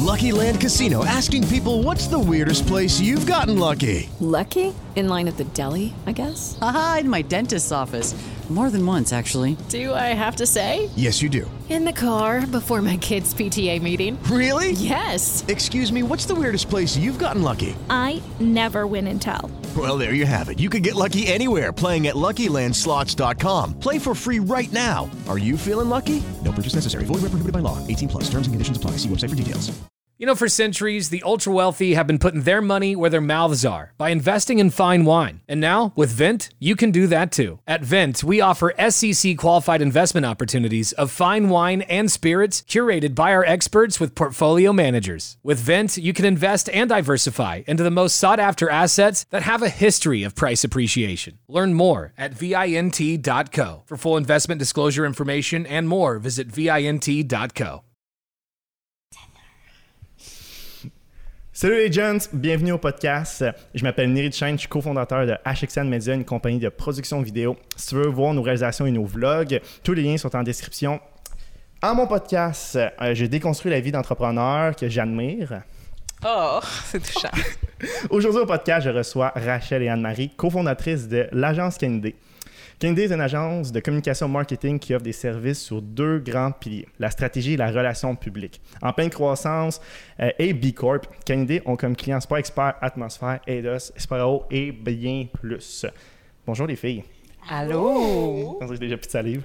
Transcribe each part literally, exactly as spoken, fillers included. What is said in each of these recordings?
Lucky Land Casino, asking people, what's the weirdest place you've gotten lucky? Lucky? In line at the deli, I guess? Aha, in my dentist's office. More than once, actually. Do I have to say? Yes, you do. In the car before my kids' P T A meeting. Really? Yes. Excuse me, what's the weirdest place you've gotten lucky? I never win and tell. Well, there you have it. You can get lucky anywhere, playing at Lucky Land Slots dot com. Play for free right now. Are you feeling lucky? No purchase necessary. Void where prohibited by law. eighteen plus. Terms and conditions apply. See website for details. You know, for centuries, the ultra-wealthy have been putting their money where their mouths are by investing in fine wine. And now, with Vint, you can do that too. At Vint, we offer S E C-qualified investment opportunities of fine wine and spirits curated by our experts with portfolio managers. With Vint, you can invest and diversify into the most sought-after assets that have a history of price appreciation. Learn more at vint dot co. For full investment disclosure information and more, visit vint dot co. Salut les gens, bienvenue au podcast. Je m'appelle Neri Duchesne, je suis cofondateur de H X N Media, une compagnie de production vidéo. Si tu veux voir nos réalisations et nos vlogs, tous les liens sont en description. À mon podcast, euh, je déconstruis la vie d'entrepreneur que j'admire. Oh, c'est touchant. Aujourd'hui au podcast, je reçois Rachel et Anne-Marie, cofondatrices de l'agence Kennedy. Kennedy est une agence de communication marketing qui offre des services sur deux grands piliers, la stratégie et la relation publique. En pleine croissance euh, et B Corp, Kennedy ont comme clients Sport Expert, Atmosphère, Eidos, Espero et bien plus. Bonjour les filles. Allô? J'ai déjà plus de salive.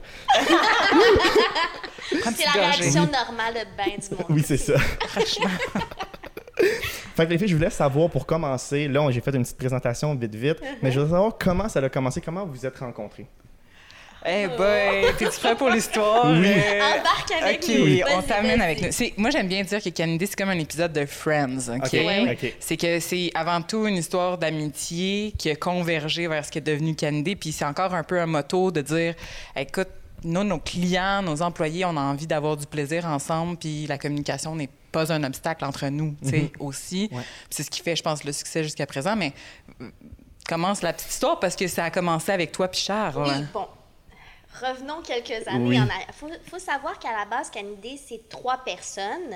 C'est la réaction normale de ben du monde. Oui, c'est ça. Fait que les filles, je voulais savoir pour commencer, là j'ai fait une petite présentation vite vite, uh-huh. mais je voulais savoir comment ça a commencé, comment vous vous êtes rencontrés. Eh hey boy, t'es-tu prêt pour l'histoire? Oui. Euh... Embarque avec okay, nous. Oui, vas-y, on t'amène vas-y. avec nous. C'est, moi, j'aime bien dire que Kennedy, c'est comme un épisode de Friends, OK? okay. Ouais, okay. C'est que c'est avant tout une histoire d'amitié qui a convergé vers ce qui est devenu Kennedy, puis c'est encore un peu un motto de dire, écoute, nous, nos clients, nos employés, on a envie d'avoir du plaisir ensemble, puis la communication n'est pas un obstacle entre nous, tu sais, mm-hmm. aussi. Ouais. C'est ce qui fait, je pense, le succès jusqu'à présent, mais commence la petite histoire parce que ça a commencé avec toi puis Charles. Oui, ouais. bon. Revenons quelques années oui. en arrière. Il faut, faut savoir qu'à la base, Kennedy, c'est trois personnes.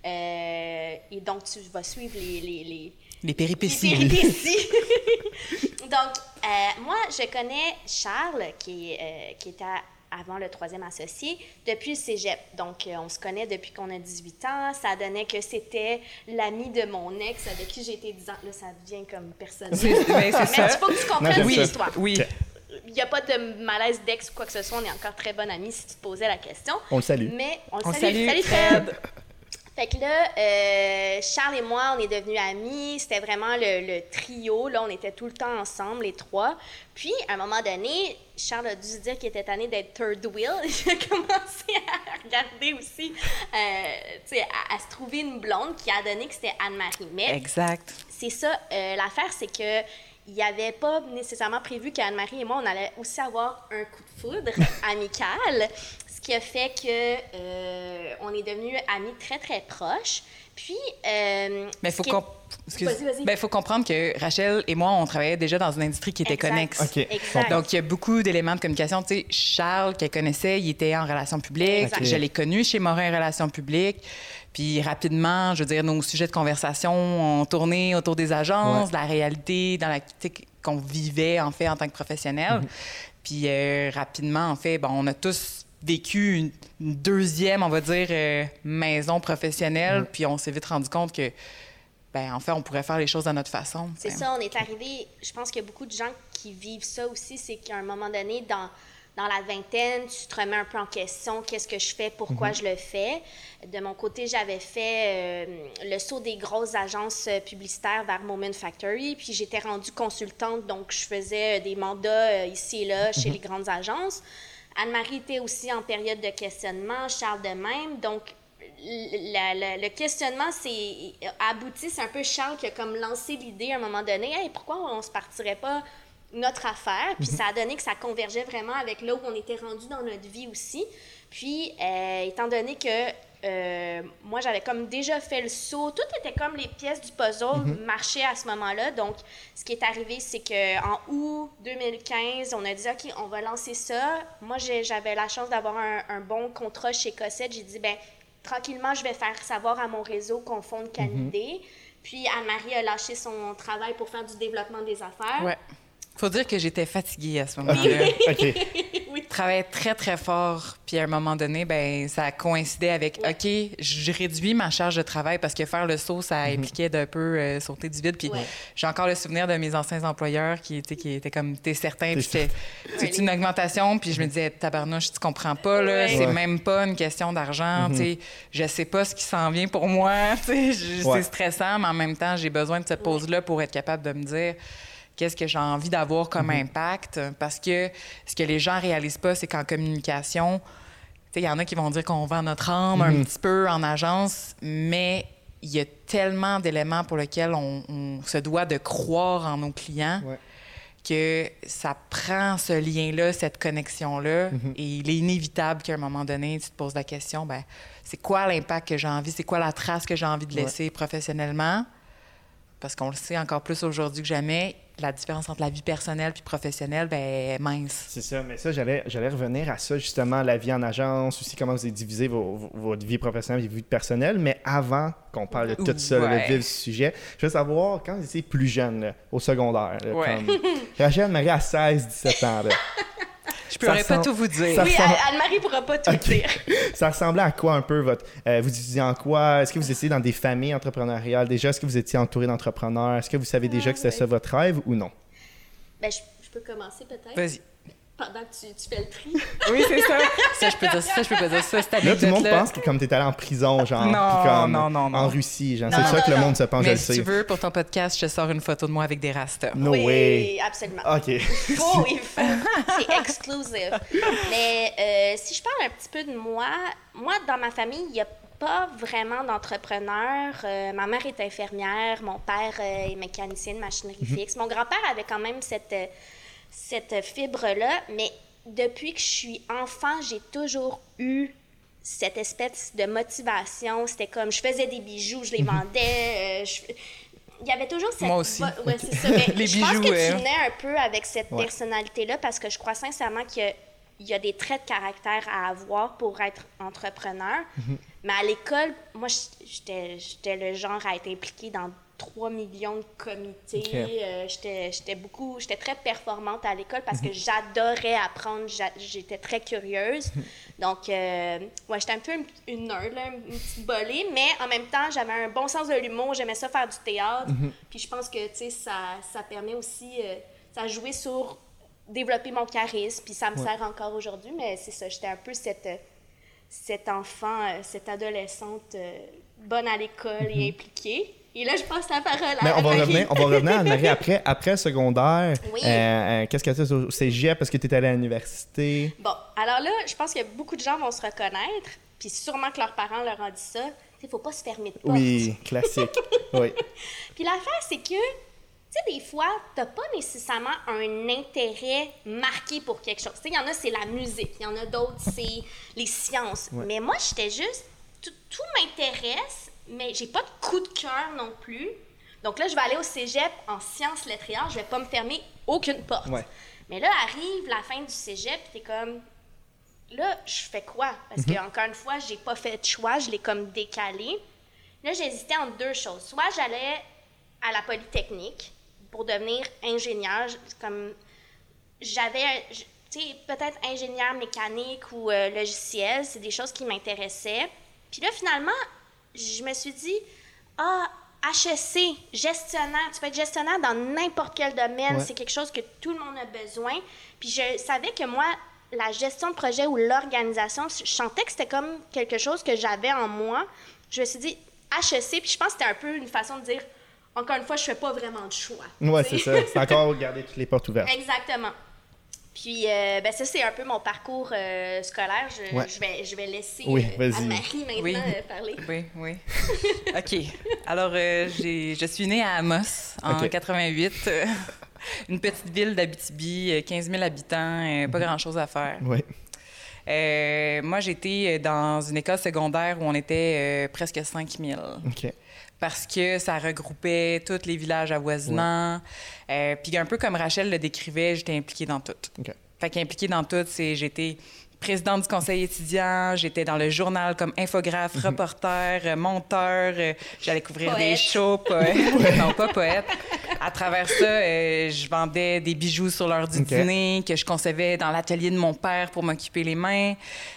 Euh, et donc, tu vas suivre les... Les, les, les péripéties. Les péripéties. Donc, euh, moi, je connais Charles, qui, euh, qui était avant le troisième associé, depuis le cégep. Donc, euh, on se connaît depuis qu'on a dix-huit ans. Ça donnait que c'était l'ami de mon ex avec qui j'ai été dix ans. Là, ça devient comme personnel. C'est, ben, c'est Mais ça. il faut que tu comprennes oui, l'histoire. Oui. Okay. Il n'y a pas de malaise d'ex ou quoi que ce soit. On est encore très bonnes amies si tu te posais la question. On le salue. Mais on le on salue. Salut, salut Fred. Fait que là, euh, Charles et moi, on est devenus amis. C'était vraiment le, le trio. Là, on était tout le temps ensemble, les trois. Puis, à un moment donné, Charles a dû se dire qu'il était tanné d'être third wheel. Il a commencé à regarder aussi, euh, tu sais, à, à se trouver une blonde qui a donné que c'était Anne-Marie. Mais exact. C'est ça. Euh, l'affaire, c'est que il n'y avait pas nécessairement prévu qu'Anne-Marie et moi, on allait aussi avoir un coup de foudre amical, ce qui a fait que euh, on est devenus amis très, très proches. Puis... Euh, Mais faut est... comp... vas-y, vas-y. Ben, faut comprendre que Rachel et moi, on travaillait déjà dans une industrie qui était exact. connexe. Okay. Exact. Donc, il y a beaucoup d'éléments de communication. Tu sais, Charles, qu'elle connaissait, il était en relations publiques. Okay. Je l'ai connu chez Morin Relations publiques. Puis rapidement, je veux dire, nos sujets de conversation ont tourné autour des agences, ouais. de la réalité dans la qu'on vivait, en fait, en tant que professionnel. Mm-hmm. Puis euh, rapidement, en fait, bon, on a tous vécu une, une deuxième, on va dire, euh, maison professionnelle. Mm-hmm. Puis on s'est vite rendu compte que, ben en fait, on pourrait faire les choses à notre façon. C'est ça, on est arrivé... Je pense qu'il y a beaucoup de gens qui vivent ça aussi, c'est qu'à un moment donné, dans... Dans la vingtaine, tu te remets un peu en question, qu'est-ce que je fais, pourquoi mm-hmm. je le fais. De mon côté, j'avais fait euh, le saut des grosses agences publicitaires vers Moment Factory, puis j'étais rendue consultante, donc je faisais des mandats euh, ici et là chez mm-hmm. les grandes agences. Anne-Marie était aussi en période de questionnement, Charles de même, donc la, la, le questionnement c'est abouti, c'est un peu Charles qui a comme lancé l'idée à un moment donné, hey, pourquoi on se partirait pas notre affaire, puis mm-hmm. ça a donné que ça convergeait vraiment avec là où on était rendu dans notre vie aussi. Puis, euh, étant donné que euh, moi, j'avais comme déjà fait le saut, tout était comme les pièces du puzzle mm-hmm. marchaient à ce moment-là. Donc, ce qui est arrivé, c'est qu'en août deux mille quinze, on a dit, OK, on va lancer ça. Moi, j'ai, j'avais la chance d'avoir un, un bon contrat chez Cossette. J'ai dit, ben tranquillement, je vais faire savoir à mon réseau qu'on fonde Canidé. Mm-hmm. Puis Anne-Marie a lâché son travail pour faire du développement des affaires. Ouais. Faut dire que j'étais fatiguée à ce moment-là. OK. Oui. Je travaillais très, très fort. Puis à un moment donné, ben ça coïncidait avec, ouais. OK, je réduis ma charge de travail parce que faire le saut, ça mm-hmm. impliquait d'un peu euh, sauter du vide. Puis ouais. j'ai encore le souvenir de mes anciens employeurs qui étaient, qui étaient comme, t'es certain, puis c'était ouais, une augmentation. Puis je me disais, tabarnouche, tu comprends pas, là, ouais. c'est ouais. même pas une question d'argent. Mm-hmm. Tu sais, je sais pas ce qui s'en vient pour moi. Tu sais, ouais. c'est stressant, mais en même temps, j'ai besoin de cette pause-là pour être capable de me dire qu'est-ce que j'ai envie d'avoir comme mm-hmm. impact. Parce que ce que les gens réalisent pas, c'est qu'en communication, il y en a qui vont dire qu'on vend notre âme mm-hmm. un petit peu en agence, mais il y a tellement d'éléments pour lesquels on, on se doit de croire en nos clients ouais. que ça prend ce lien-là, cette connexion-là, mm-hmm. et il est inévitable qu'à un moment donné, tu te poses la question, ben c'est quoi l'impact que j'ai envie, c'est quoi la trace que j'ai envie de laisser ouais. professionnellement? Parce qu'on le sait encore plus aujourd'hui que jamais, la différence entre la vie personnelle puis professionnelle, ben est mince. C'est ça, mais ça, j'allais, j'allais revenir à ça, justement, la vie en agence, aussi comment vous avez divisé vos, vos, votre vie professionnelle et votre vie personnelle, mais avant qu'on parle de tout ça, ouais. le vif du sujet, je veux savoir, quand vous étiez plus jeune, là, au secondaire, là, ouais. comme... Rachel Marie a seize dix-sept ans, là. Je pourrais pas tout vous dire. Oui, ressemble... Anne-Marie pourra pas tout okay. dire. Ça ressemblait à quoi un peu votre... Euh, vous étudiez en quoi? Est-ce que vous étiez dans des familles entrepreneuriales déjà? Est-ce que vous étiez entouré d'entrepreneurs? Est-ce que vous savez déjà ah, que c'était oui. ça votre rêve ou non? Ben, je, je peux commencer peut-être. Vas-y. Pendant que tu, tu fais le tri. Oui, c'est ça. Ça, je peux dire ça, je peux pas dire ça. Là, tout le monde pense que comme tu étais allé en prison, genre, non, comme non, non, non. en Russie, genre. Non, c'est non, ça non, que non. le monde se pense, mais je si le sais. tu veux, pour ton podcast, je te sors une photo de moi avec des rastas. No oui, way. absolument. OK. Il faut, il faut. C'est exclusive. Mais euh, si je parle un petit peu de moi, moi, dans ma famille, il y a pas vraiment d'entrepreneurs. Euh, ma mère est infirmière, mon père euh, est mécanicien de machinerie mm-hmm. fixe. Mon grand-père avait quand même cette, cette fibre-là, mais depuis que je suis enfant, j'ai toujours eu cette espèce de motivation. C'était comme, je faisais des bijoux, je les vendais. Euh, je... Il y avait toujours cette... Moi aussi. Ouais, okay. c'est ça. Mais les je bijoux, pense que tu ouais. venais un peu avec cette ouais. personnalité-là parce que je crois sincèrement qu'il y a, il y a des traits de caractère à avoir pour être entrepreneur. Mm-hmm. Mais à l'école, moi, j'étais, j'étais le genre à être impliquée dans trois millions de comités. Okay. Euh, j'étais, j'étais beaucoup, j'étais très performante à l'école parce que j'adorais apprendre, j'a, j'étais très curieuse. Donc, euh, ouais, j'étais un peu une, une nerd, là, une petite bolée, mais en même temps, j'avais un bon sens de l'humour, j'aimais ça faire du théâtre. Mm-hmm. Puis je pense que, tu sais, ça, ça permet aussi, euh, ça a joué sur développer mon charisme, puis ça me ouais. sert encore aujourd'hui, mais c'est ça, j'étais un peu cette, cette enfant, cette adolescente euh, bonne à l'école mm-hmm. et impliquée. Et là, je passe la parole à Mais on va Anne-Marie. revenir, on va revenir à Anne-Marie après, après secondaire. Oui. Euh, euh, qu'est-ce que tu as fait au cégep? Est-ce que tu étais allée à l'université? Bon, alors là, je pense que beaucoup de gens vont se reconnaître, puis sûrement que leurs parents leur ont dit ça. Il ne faut pas se fermer de porte. Oui, classique. Oui. Puis l'affaire, c'est que, tu sais, des fois, tu n'as pas nécessairement un intérêt marqué pour quelque chose. Tu sais, il y en a, c'est la musique. Il y en a d'autres, c'est les sciences. Ouais. Mais moi, j'étais juste... Tout, tout m'intéresse, mais j'ai pas de coup de cœur non plus. Donc là, je vais aller au cégep en sciences lettres et arts. Je vais pas me fermer aucune porte. Ouais. Mais là, arrive la fin du cégep, t'es comme... Là, je fais quoi? Parce mm-hmm. que encore une fois, j'ai pas fait de choix. Je l'ai comme décalé. Là, j'hésitais entre deux choses. Soit j'allais à la Polytechnique pour devenir ingénieur. Comme j'avais... Tu sais, peut-être ingénieur mécanique ou euh, logiciel. C'est des choses qui m'intéressaient. Puis là, finalement, je me suis dit, ah, H E C, gestionnaire, tu peux être gestionnaire dans n'importe quel domaine, ouais. c'est quelque chose que tout le monde a besoin. Puis je savais que moi, la gestion de projet ou l'organisation, je sentais que c'était comme quelque chose que j'avais en moi. Je me suis dit, H E C, puis je pense que c'était un peu une façon de dire, encore une fois, je fais pas vraiment de choix. Oui, c'est ça. C'est encore garder toutes les portes ouvertes. Exactement. Puis, euh, ben ça, c'est un peu mon parcours euh, scolaire. Je, ouais. je, vais, je vais laisser oui, euh, Anne-Marie maintenant oui. euh, parler. Oui, oui. OK. Alors, euh, j'ai, je suis née à Amos en okay. quatre-vingt-huit. Euh, une petite ville d'Abitibi, quinze mille habitants, euh, pas grand-chose à faire. Oui. Euh, moi, j'étais dans une école secondaire où on était euh, presque cinq mille. OK. Parce que ça regroupait tous les villages avoisinants. Ouais. Euh, puis un peu comme Rachel le décrivait, j'étais impliquée dans tout. Okay. Fait qu'impliquée dans tout, c'est j'étais présidente du conseil étudiant, j'étais dans le journal comme infographe, reporter, euh, monteur, euh, j'allais couvrir Poète. des shows, poète. Non, pas poète. À travers ça, euh, je vendais des bijoux sur l'heure du OK. dîner que je concevais dans l'atelier de mon père pour m'occuper les mains.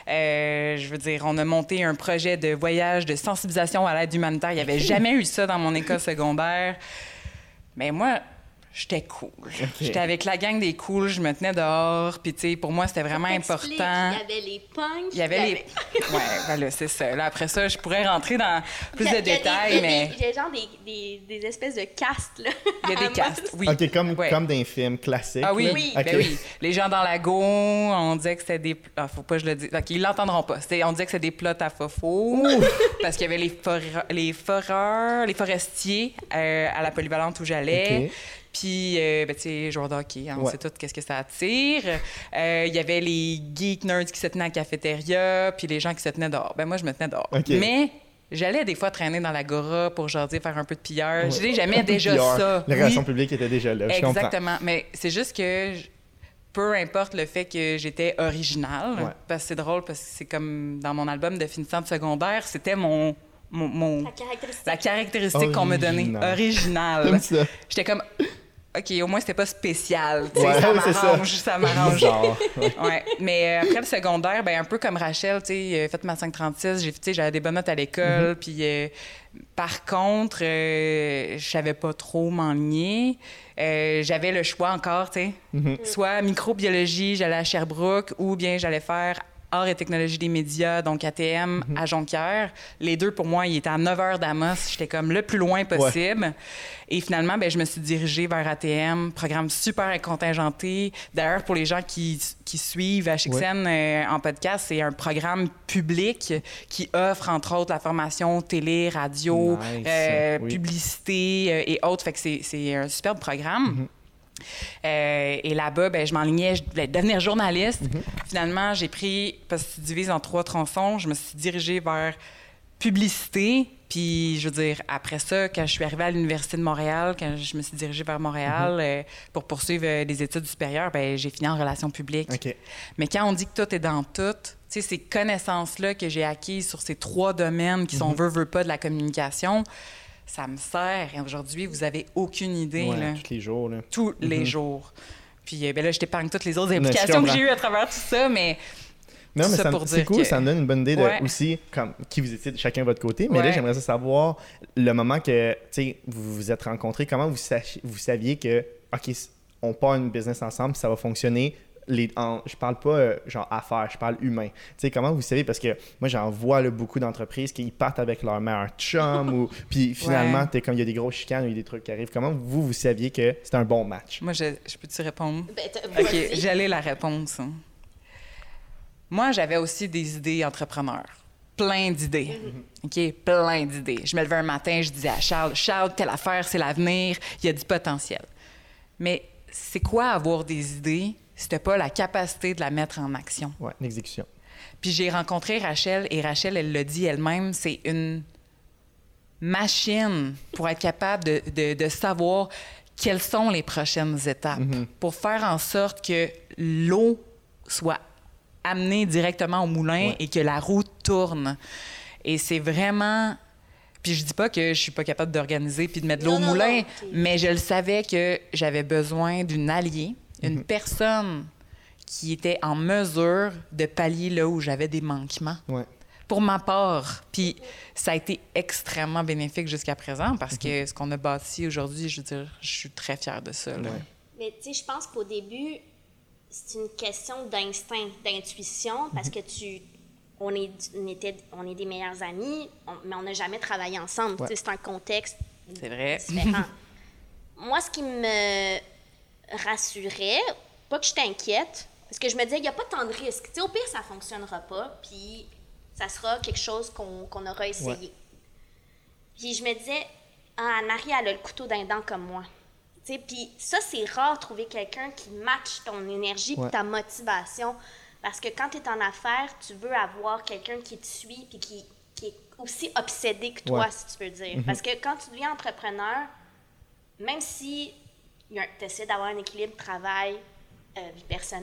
Euh, je veux dire, on a monté un projet de voyage de sensibilisation à l'aide humanitaire. Il n'y avait jamais eu ça dans mon école secondaire. Mais moi, j'étais cool. J'étais avec la gang des cools, je me tenais dehors, puis tu sais, pour moi, c'était vraiment T'expliques, important. Il y avait les punks. Il y avait les... Ouais, voilà, c'est ça. Là, après ça, je pourrais rentrer dans plus Il y a- de il y a des- détails, il y a mais des- Il y a genre des, des, des espèces de castes, là. il y a à des la castes, mode. oui. OK, comme, Ouais. comme dans les films classiques. Ah oui, là. oui, OK. ben oui. Les gens dans la go, on disait que c'était des... Ah, faut pas que je le dise. OK, ils l'entendront pas. C'était- On disait que c'était des plots à faux parce qu'il y avait les, for... les foreurs, les forestiers euh, à la polyvalente où j'allais. OK. Puis, euh, ben, tu sais, joueurs de hockey, hein, on Ouais. sait tout qu'est-ce que ça attire. Euh, Il y avait les geek nerds qui se tenaient à la cafétéria, puis les gens qui se tenaient dehors. Ben moi, je me tenais dehors. OK. Mais j'allais des fois traîner dans l'agora pour, genre, dire, faire un peu de pilleur. Je dis, j'aimais déjà Pilleur. ça. Les Oui. relations publiques étaient déjà là, je comprends. Exactement. Mais c'est juste que je- peu importe le fait que j'étais originale, Ouais. parce que c'est drôle, parce que c'est comme dans mon album de finissant de secondaire, c'était mon, mon, mon- La caractéristique. la caractéristique qu'on me donnait, Original. originale. J'aime ça. J'étais comme, OK, au moins c'était pas spécial. Tu sais, Ouais, ça c'est ça. m'arrange, ça m'arrange. Bizarre. Ouais. Ouais. Mais euh, après le secondaire, ben un peu comme Rachel, tu sais, euh, fait ma cinq trente-six, j'ai, tu sais, j'avais des bonnes notes à l'école, puis euh, par contre, euh, je savais pas trop m'enligner. Euh, j'avais le choix encore, tu sais, soit microbiologie, j'allais à Sherbrooke, ou bien j'allais faire arts et technologies des médias, donc A T M à Jonquière. Les deux, pour moi, ils étaient à neuf heures d'Amos. J'étais comme le plus loin possible. Et finalement, ben, je me suis dirigée vers A T M, programme super contingenté. D'ailleurs, pour les gens qui, qui suivent H X N euh, en podcast, c'est un programme public qui offre, entre autres, la formation télé, radio, Nice. euh, Oui. publicité euh, et autres. Fait que c'est, c'est un superbe programme. Euh, et là-bas, ben, je m'enlignais, je voulais devenir journaliste. Finalement, j'ai pris, parce que tu divises en trois tronçons, je me suis dirigée vers publicité. Puis, je veux dire, après ça, quand je suis arrivée à l'Université de Montréal, quand je me suis dirigée vers Montréal euh, pour poursuivre euh, des études supérieures, ben, j'ai fini en relations publiques. OK. Mais quand on dit que tout est dans tout, tu sais, ces connaissances-là que j'ai acquises sur ces trois domaines qui sont veut, veut pas de la communication, ça me sert. Et aujourd'hui, vous avez aucune idée, Ouais, là, tous les jours. Là. tous les jours. Puis euh, ben là, je t'épargne toutes les autres Mais je implications que comprends. j'ai eues à travers tout ça, mais Non, mais ça ça, me- pour c'est dire cool, que- ça me donne une bonne idée de Ouais. aussi comme qui vous étiez de chacun de votre côté. Mais là, Ouais. j'aimerais ça savoir le moment que tu sais, vous vous êtes rencontrés, comment vous, sachiez- vous saviez que, OK, on part une business ensemble, ça va fonctionner. Les, en, je parle pas euh, genre affaires, je parle humain. Tu sais, comment vous savez, parce que moi, j'en vois là, beaucoup d'entreprises qui partent avec leur meilleur chum ou puis finalement, Ouais. t'es comme il y a des grosses chicanes ou il y a des trucs qui arrivent. Comment vous, vous saviez que c'était un bon match? moi, je, je peux-tu répondre? Ben, t'as- OK, vas-y. j'allais la réponse. hein. Moi, j'avais aussi des idées entrepreneurs. Plein d'idées. OK? Plein d'idées. Je me levais un matin, je disais à Charles, Charles, telle affaire, c'est l'avenir, il y a du potentiel. Mais c'est quoi avoir des idées si t'as pas la capacité de la mettre en action? Ouais, l'exécution. Puis j'ai rencontré Rachel et Rachel, elle l'a dit elle-même, c'est une machine pour être capable de, de- de savoir quelles sont les prochaines étapes pour faire en sorte que l'eau soit amenée directement au moulin Ouais. et que la roue tourne. Et c'est vraiment... Puis je dis pas que je suis pas capable d'organiser puis de mettre de l'eau Non, au non, moulin, non, t'es- mais je le savais que j'avais besoin d'une alliée, une personne qui était en mesure de pallier là où j'avais des manquements. Ouais. Pour ma part. Puis ça a été extrêmement bénéfique jusqu'à présent parce que ce qu'on a bâti aujourd'hui, je veux dire, je suis très fière de ça. là. Ouais. Mais tu sais, je pense qu'au début, c'est une question d'instinct, d'intuition, parce que tu, on est, on était, on est des meilleurs amis, on- mais on n'a jamais travaillé ensemble. Ouais. Tu sais, c'est un contexte C'est vrai. différent. Moi, ce qui me rassurait, pas que je t'inquiète, parce que je me disais, il n'y a pas tant de risques. Tu sais, au pire, ça ne fonctionnera pas, puis ça sera quelque chose qu'on qu'on aura essayé. Ouais. Puis je me disais, ah, Anne-Marie, elle a le couteau d'un dent comme moi. Tu sais, puis ça, c'est rare trouver quelqu'un qui matche ton énergie Ouais. et ta motivation. Parce que quand tu es en affaires, tu veux avoir quelqu'un qui te suit puis qui, qui est aussi obsédé que toi, Ouais. si tu veux dire. Parce que quand tu deviens entrepreneur, même si tu essaies d'avoir un équilibre travail, euh, vie personnelle,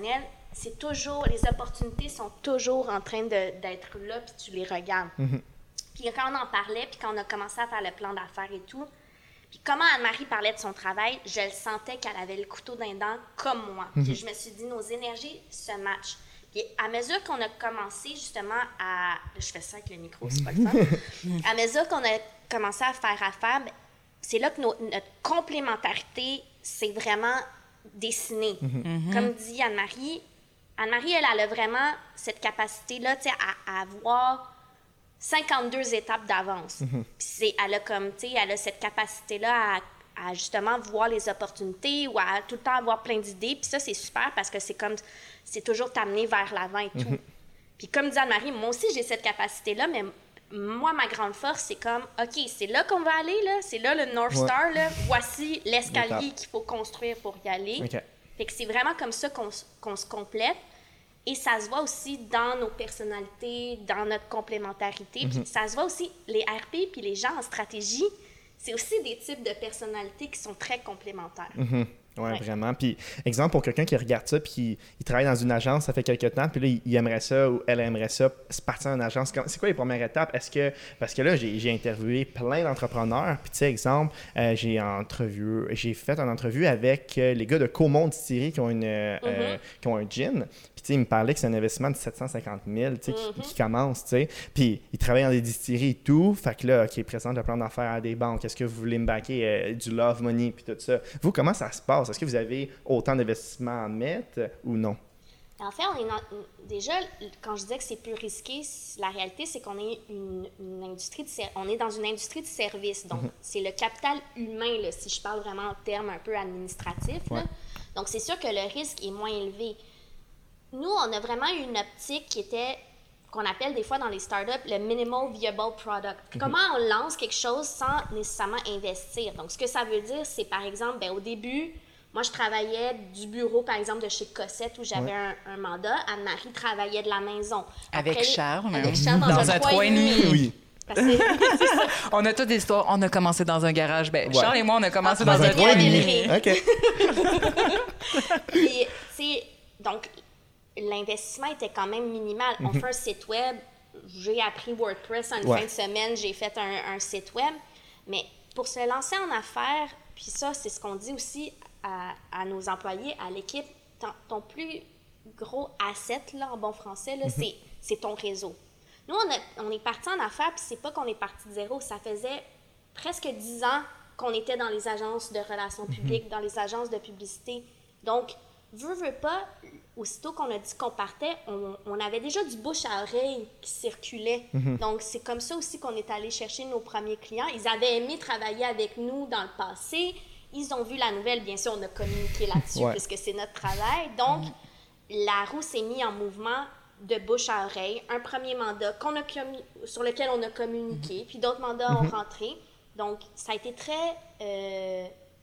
c'est toujours, les opportunités sont toujours en train de, d'être là, puis tu les regardes. Mm-hmm. Puis quand on en parlait, puis quand on a commencé à faire le plan d'affaires et tout, puis comment Anne-Marie parlait de son travail, je le sentais qu'elle avait le couteau dans les dents comme moi. Mm-hmm. Puis je me suis dit, nos énergies se matchent. Puis à mesure qu'on a commencé justement à... Je fais ça avec le micro, c'est pas le fun. À mesure qu'on a commencé à faire affaire, ben, c'est là que nos, notre complémentarité s'est vraiment dessinée. Mm-hmm. Comme dit Anne-Marie, Anne-Marie, elle, elle a vraiment cette capacité-là, tu sais, à, à avoir cinquante-deux étapes d'avance. Mm-hmm. Puis c'est, elle a comme, tu sais, elle a cette capacité-là à, à justement voir les opportunités ou à tout le temps avoir plein d'idées. Puis ça, c'est super parce que c'est comme... c'est toujours t'amener vers l'avant et tout. Mm-hmm. Puis comme dit Anne-Marie, moi aussi, j'ai cette capacité-là, mais moi, ma grande force, c'est comme, OK, c'est là qu'on va aller, là, c'est là le North Star, ouais. là, voici l'escalier qu'il faut construire pour y aller. Okay. Fait que c'est vraiment comme ça qu'on, qu'on se complète. Et ça se voit aussi dans nos personnalités, dans notre complémentarité. Mm-hmm. Puis ça se voit aussi, les R P puis les gens en stratégie, c'est aussi des types de personnalités qui sont très complémentaires. Mm-hmm. Oui, ouais. Vraiment. Puis, exemple, pour quelqu'un qui regarde ça, puis il travaille dans une agence, ça fait quelques temps, puis là, il, il aimerait ça ou elle aimerait ça, se partir en agence. C'est quoi les premières étapes? Est-ce que, parce que là, j'ai, j'ai interviewé plein d'entrepreneurs, puis tu sais, exemple, euh, j'ai, entrevu, j'ai fait une entrevue avec euh, les gars de Comont Distillery qui ont, une, euh, mm-hmm. euh, qui ont un gin. Puis, tu sais, ils me parlaient que c'est un investissement de sept cent cinquante mille, tu sais, mm-hmm. qui, qui commence, tu sais. Puis, ils travaillent dans des distilleries et tout. Fait que là, OK, ils présentent le plan d'affaires à des banques. Est-ce que vous voulez me backer euh, du love money, puis tout ça? Vous, comment ça se passe? Est-ce que vous avez autant d'investissements à mettre ou non? En fait, on est dans, déjà, quand je disais que c'est plus risqué, la réalité, c'est qu'on est une, une industrie de on est dans une industrie de service. Donc, mm-hmm. c'est le capital humain, là, si je parle vraiment en termes un peu administratifs. Ouais. Là. Donc, c'est sûr que le risque est moins élevé. Nous, on a vraiment une optique qui était, qu'on appelle des fois dans les startups, le minimal viable product. Mm-hmm. Comment on lance quelque chose sans nécessairement investir? Donc, ce que ça veut dire, c'est par exemple, ben, au début, moi, je travaillais du bureau, par exemple, de chez Cossette, où j'avais ouais. un, un mandat. Anne-Marie travaillait de la maison. Avec Après, Charles. Avec Charles, dans, dans un, un trois et demi. Oui. Parce que, c'est ça. On a toutes des histoires. On a commencé dans un garage. Ben, ouais. Charles et moi, on a commencé ah, dans un trois et demi. OK. Puis, tu sais, donc, l'investissement était quand même minimal. Mm-hmm. On fait un site web. J'ai appris WordPress en une ouais. fin de semaine. J'ai fait un, un site web. Mais pour se lancer en affaires, puis ça, c'est ce qu'on dit aussi à, à nos employés, à l'équipe, ton, ton plus gros asset, là, en bon français, là, mm-hmm. c'est, c'est ton réseau. Nous, on, a, on est partis en affaires, puis c'est pas qu'on est parti de zéro. Ça faisait presque dix ans qu'on était dans les agences de relations publiques, mm-hmm. dans les agences de publicité. Donc, veux, veux pas, aussitôt qu'on a dit qu'on partait, on, on avait déjà du bouche à oreille qui circulait. Mm-hmm. Donc, c'est comme ça aussi qu'on est allé chercher nos premiers clients. Ils avaient aimé travailler avec nous dans le passé. Ils ont vu la nouvelle. Bien sûr, on a communiqué là-dessus ouais. puisque c'est notre travail. Donc, mm-hmm. la roue s'est mise en mouvement de bouche à oreille. Un premier mandat qu'on a commu- sur lequel on a communiqué, mm-hmm. puis d'autres mandats mm-hmm. ont rentré. Donc, ça a été très euh,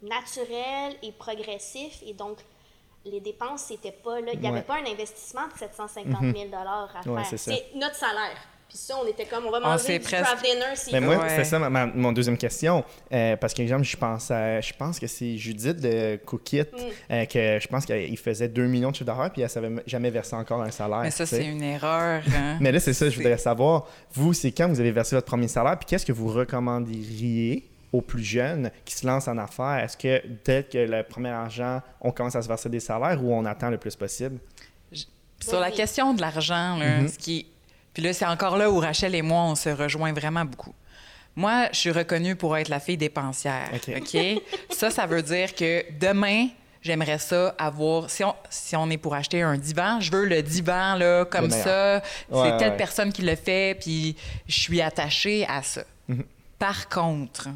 naturel et progressif. Et donc, les dépenses, c'était pas là. Il n'y avait ouais. pas un investissement de sept cent cinquante mille dollars à ouais, faire. C'est, c'est notre salaire. Puis ça, on était comme, on va manger oh, du presque... craft dinner. Si Mais moi, ouais. c'est ça ma, ma, mon deuxième question. Euh, parce qu'exemple, je pense à, je pense que c'est Judith de Cookit, mm. euh, que je pense qu'il faisait deux millions de chiffres d'affaires, puis elle ne savait jamais versé encore un salaire. Mais ça, t'sais. C'est une erreur. Hein? Mais là, c'est ça, je voudrais savoir, vous, c'est quand vous avez versé votre premier salaire, puis qu'est-ce que vous recommanderiez aux plus jeunes qui se lancent en affaires? Est-ce que dès que le premier argent, on commence à se verser des salaires ou on attend le plus possible? Je... Sur la question de l'argent, là, mm-hmm. ce qui... Puis là, c'est encore là où Rachel et moi, on se rejoint vraiment beaucoup. Moi, je suis reconnue pour être la fille dépensière. OK? okay? Ça, ça veut dire que demain, j'aimerais ça avoir... Si on, si on est pour acheter un divan, je veux le divan, là, comme ça. C'est ouais, telle ouais. personne qui le fait, puis je suis attachée à ça. Mm-hmm. Par contre,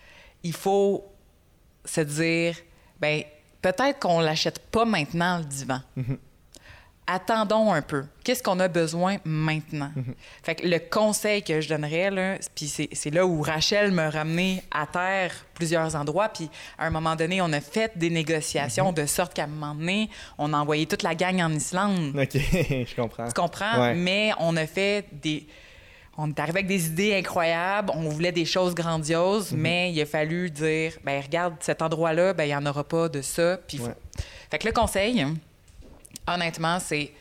il faut se dire, bien, peut-être qu'on ne l'achète pas maintenant, le divan. Mm-hmm. Attendons un peu. Qu'est-ce qu'on a besoin maintenant? Mm-hmm. Fait que le conseil que je donnerais, là, puis c'est, c'est là où Rachel m'a ramené à terre plusieurs endroits, puis à un moment donné, on a fait des négociations mm-hmm. de sorte qu'à un moment donné, on a envoyé toute la gang en Islande. OK, je comprends. Tu comprends? Ouais. Mais on a fait des... On est arrivé avec des idées incroyables, on voulait des choses grandioses, mm-hmm. mais il a fallu dire, ben regarde, cet endroit-là, ben il n'y en aura pas de ça, puis ouais. Fait que le conseil... honnêtement, c'est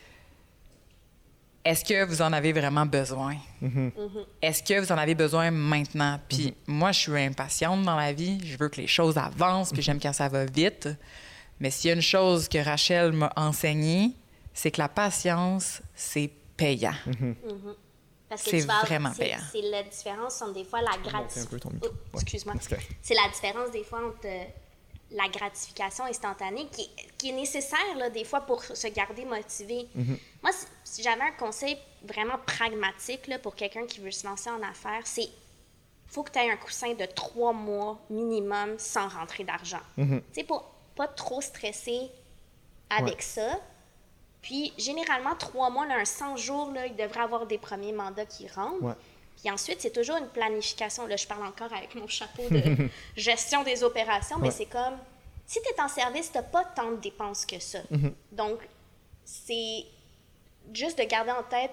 est-ce que vous en avez vraiment besoin? Mm-hmm. Mm-hmm. Est-ce que vous en avez besoin maintenant? Puis Mm-hmm. moi, je suis impatiente dans la vie. Je veux que les choses avancent, puis j'aime quand ça va vite. Mais s'il y a une chose que Rachel m'a enseignée, c'est que la patience, c'est payant. Mm-hmm. Mm-hmm. Parce que C'est tu vas- vraiment c'est- payant. C'est la différence entre des fois la Monter un gratification. peu ton micro. Oh, excuse-moi. C'est correct. C'est la différence des fois entre euh, la gratification instantanée qui, est- qui est nécessaire là, des fois pour se garder motivé. Mm-hmm. Moi, si, si j'avais un conseil vraiment pragmatique là, pour quelqu'un qui veut se lancer en affaires, c'est faut que tu aies un coussin de trois mois minimum sans rentrée d'argent. Mm-hmm. Tu sais, pour pas trop stresser avec Ouais. ça. Puis, généralement, trois mois, là, un cent jours, là, il devrait avoir des premiers mandats qui rentrent. Ouais. Puis ensuite, c'est toujours une planification. Là, je parle encore avec mon chapeau de gestion des opérations, mais Ouais. c'est comme, si tu es en service, tu n'as pas tant de dépenses que ça. Mm-hmm. Donc, c'est juste de garder en tête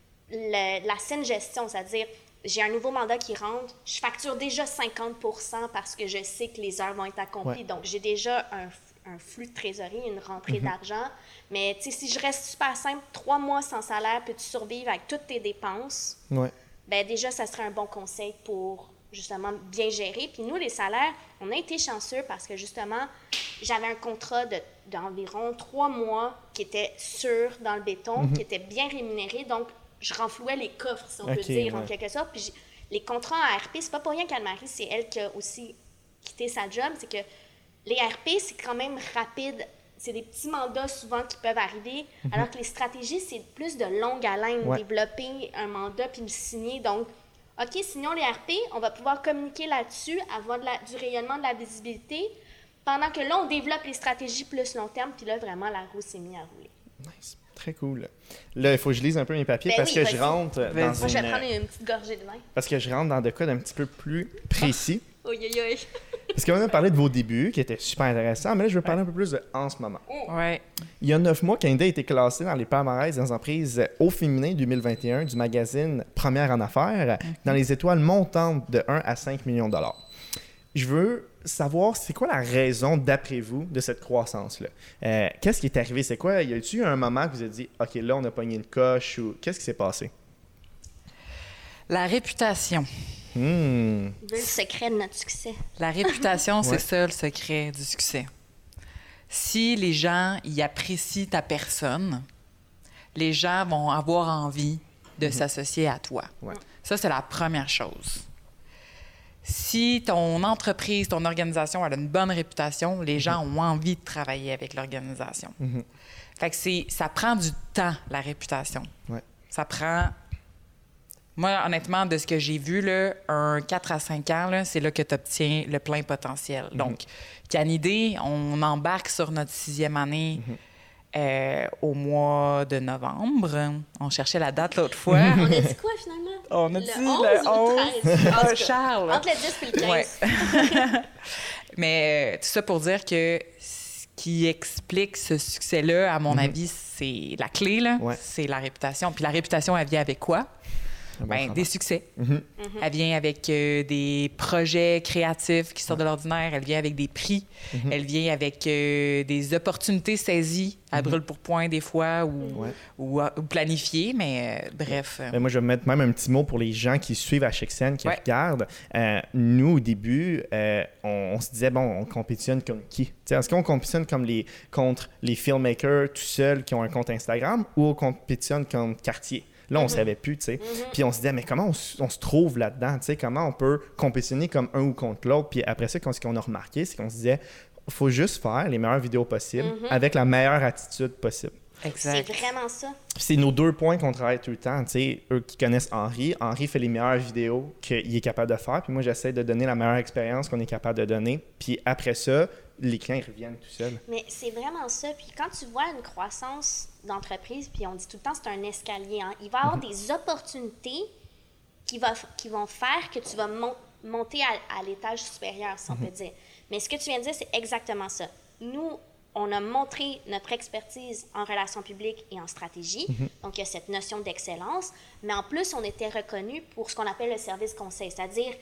le- la saine gestion, c'est-à-dire, j'ai un nouveau mandat qui rentre, je facture déjà cinquante pour cent parce que je sais que les heures vont être accomplies. Ouais. Donc, j'ai déjà un, un flux de trésorerie, une rentrée d'argent. Mais, tu sais, si je reste super simple, trois mois sans salaire, puis tu survives avec toutes tes dépenses, Ouais. ben déjà, ça serait un bon conseil pour, justement, bien gérer. Puis nous, les salaires, on a été chanceux parce que, justement, j'avais un contrat de, d'environ trois mois qui était sûr dans le béton, qui était bien rémunéré. Donc, je renflouais les coffres, si on Ok, peut dire, en ouais. quelque sorte. Puis j'ai- les contrats en R P, c'est pas pour rien qu'Anne-Marie, c'est elle qui a aussi quitté sa job. C'est que les R P, c'est quand même rapide. C'est des petits mandats souvent qui peuvent arriver, alors que les stratégies, c'est plus de longue haleine, Ouais. développer un mandat puis le signer. Donc, OK, signons les R P, on va pouvoir communiquer là-dessus, avoir de la- du rayonnement, de la visibilité, pendant que là, on développe les stratégies plus long terme, puis là, vraiment, la roue s'est mise à rouler. Nice. Très cool. Là, il faut que je lise un peu mes papiers Ben parce oui, que vas-y. je rentre dans Vas-y. Moi, je vais une- prendre une petite gorgée de vin. parce que je rentre dans des cas d'un petit peu plus précis. Oui, oui, oui. Parce qu'on a parlé de vos débuts, qui étaient super intéressants, mais là, je veux parler un peu plus de en ce moment. Ouais. Il y a neuf mois, Canada a été classé dans les palmarès des entreprises au féminin deux mille vingt et un du magazine Première en affaires dans les étoiles montantes de un à cinq millions de dollars. Je veux savoir, c'est quoi la raison, d'après vous, de cette croissance-là? Euh, qu'est-ce qui est arrivé? C'est quoi? Y a-t-il eu un moment que vous avez dit, OK, là, on a pogné une coche ou qu'est-ce qui s'est passé? La réputation. Hmm. Veux le secret de notre succès. La réputation, c'est Ouais. ça le secret du succès. Si les gens y apprécient ta personne, les gens vont avoir envie de s'associer à toi. Ouais. Ça, c'est la première chose. Si ton entreprise, ton organisation a une bonne réputation, les gens ont envie de travailler avec l'organisation. Mhm. Fait que c'est, ça prend du temps, la réputation. Ouais. Ça prend... Moi, honnêtement, de ce que j'ai vu, là, un quatre à cinq ans, là, c'est là que tu obtiens le plein potentiel. Donc, Canidé, on embarque sur notre sixième année euh, au mois de novembre. On cherchait la date l'autre fois. On a dit quoi, finalement? On a Le dit onze le ou le onze. treize? En tout Ah, cas, Charles. Entre le dix et le quinze. Ouais. Mais euh, tout ça pour dire que ce qui explique ce succès-là, à mon avis, c'est la clé, là. Ouais. C'est la réputation. Puis la réputation, elle vient avec quoi? Un bon Ben, travail. des succès. Mhm. Elle vient avec euh, des projets créatifs qui sortent de l'ordinaire. Elle vient avec des prix. Elle vient avec euh, des opportunités saisies à brûle-pourpoint des fois ou, Ouais. ou, ou planifiées. Mais euh, bref. euh, Ben, moi, je vais mettre même un petit mot pour les gens qui suivent à Chicksen, qui Ouais. regardent. Euh, nous, au début, euh, on, on se disait, bon, on compétitionne comme qui? T'sais, est-ce qu'on compétitionne comme les, contre les filmmakers tout seuls qui ont un compte Instagram ou on compétitionne comme Cartier? Là, on ne savait plus, tu sais. Puis on se disait, mais comment on, s- on se trouve là-dedans? Tu sais, comment on peut compétitionner comme un ou contre l'autre? Puis après ça, ce qu'on a remarqué, c'est qu'on se disait, il faut juste faire les meilleures vidéos possibles avec la meilleure attitude possible. C'est exact. vraiment ça. Puis c'est nos deux points qu'on travaille tout le temps. Tu sais, eux qui connaissent Henri, Henri fait les meilleures vidéos qu'il est capable de faire. Puis moi, j'essaie de donner la meilleure expérience qu'on est capable de donner. Puis après ça, les clients ils reviennent tout seuls. Mais c'est vraiment ça. Puis quand tu vois une croissance d'entreprise, puis on dit tout le temps c'est un escalier, hein, il va y avoir des opportunités qui, va, qui vont faire que tu vas mon- monter à, à l'étage supérieur, si on peut dire. Mais ce que tu viens de dire, c'est exactement ça. Nous, on a montré notre expertise en relations publiques et en stratégie. Donc, il y a cette notion d'excellence. Mais en plus, on était reconnus pour ce qu'on appelle le service conseil, c'est-à-dire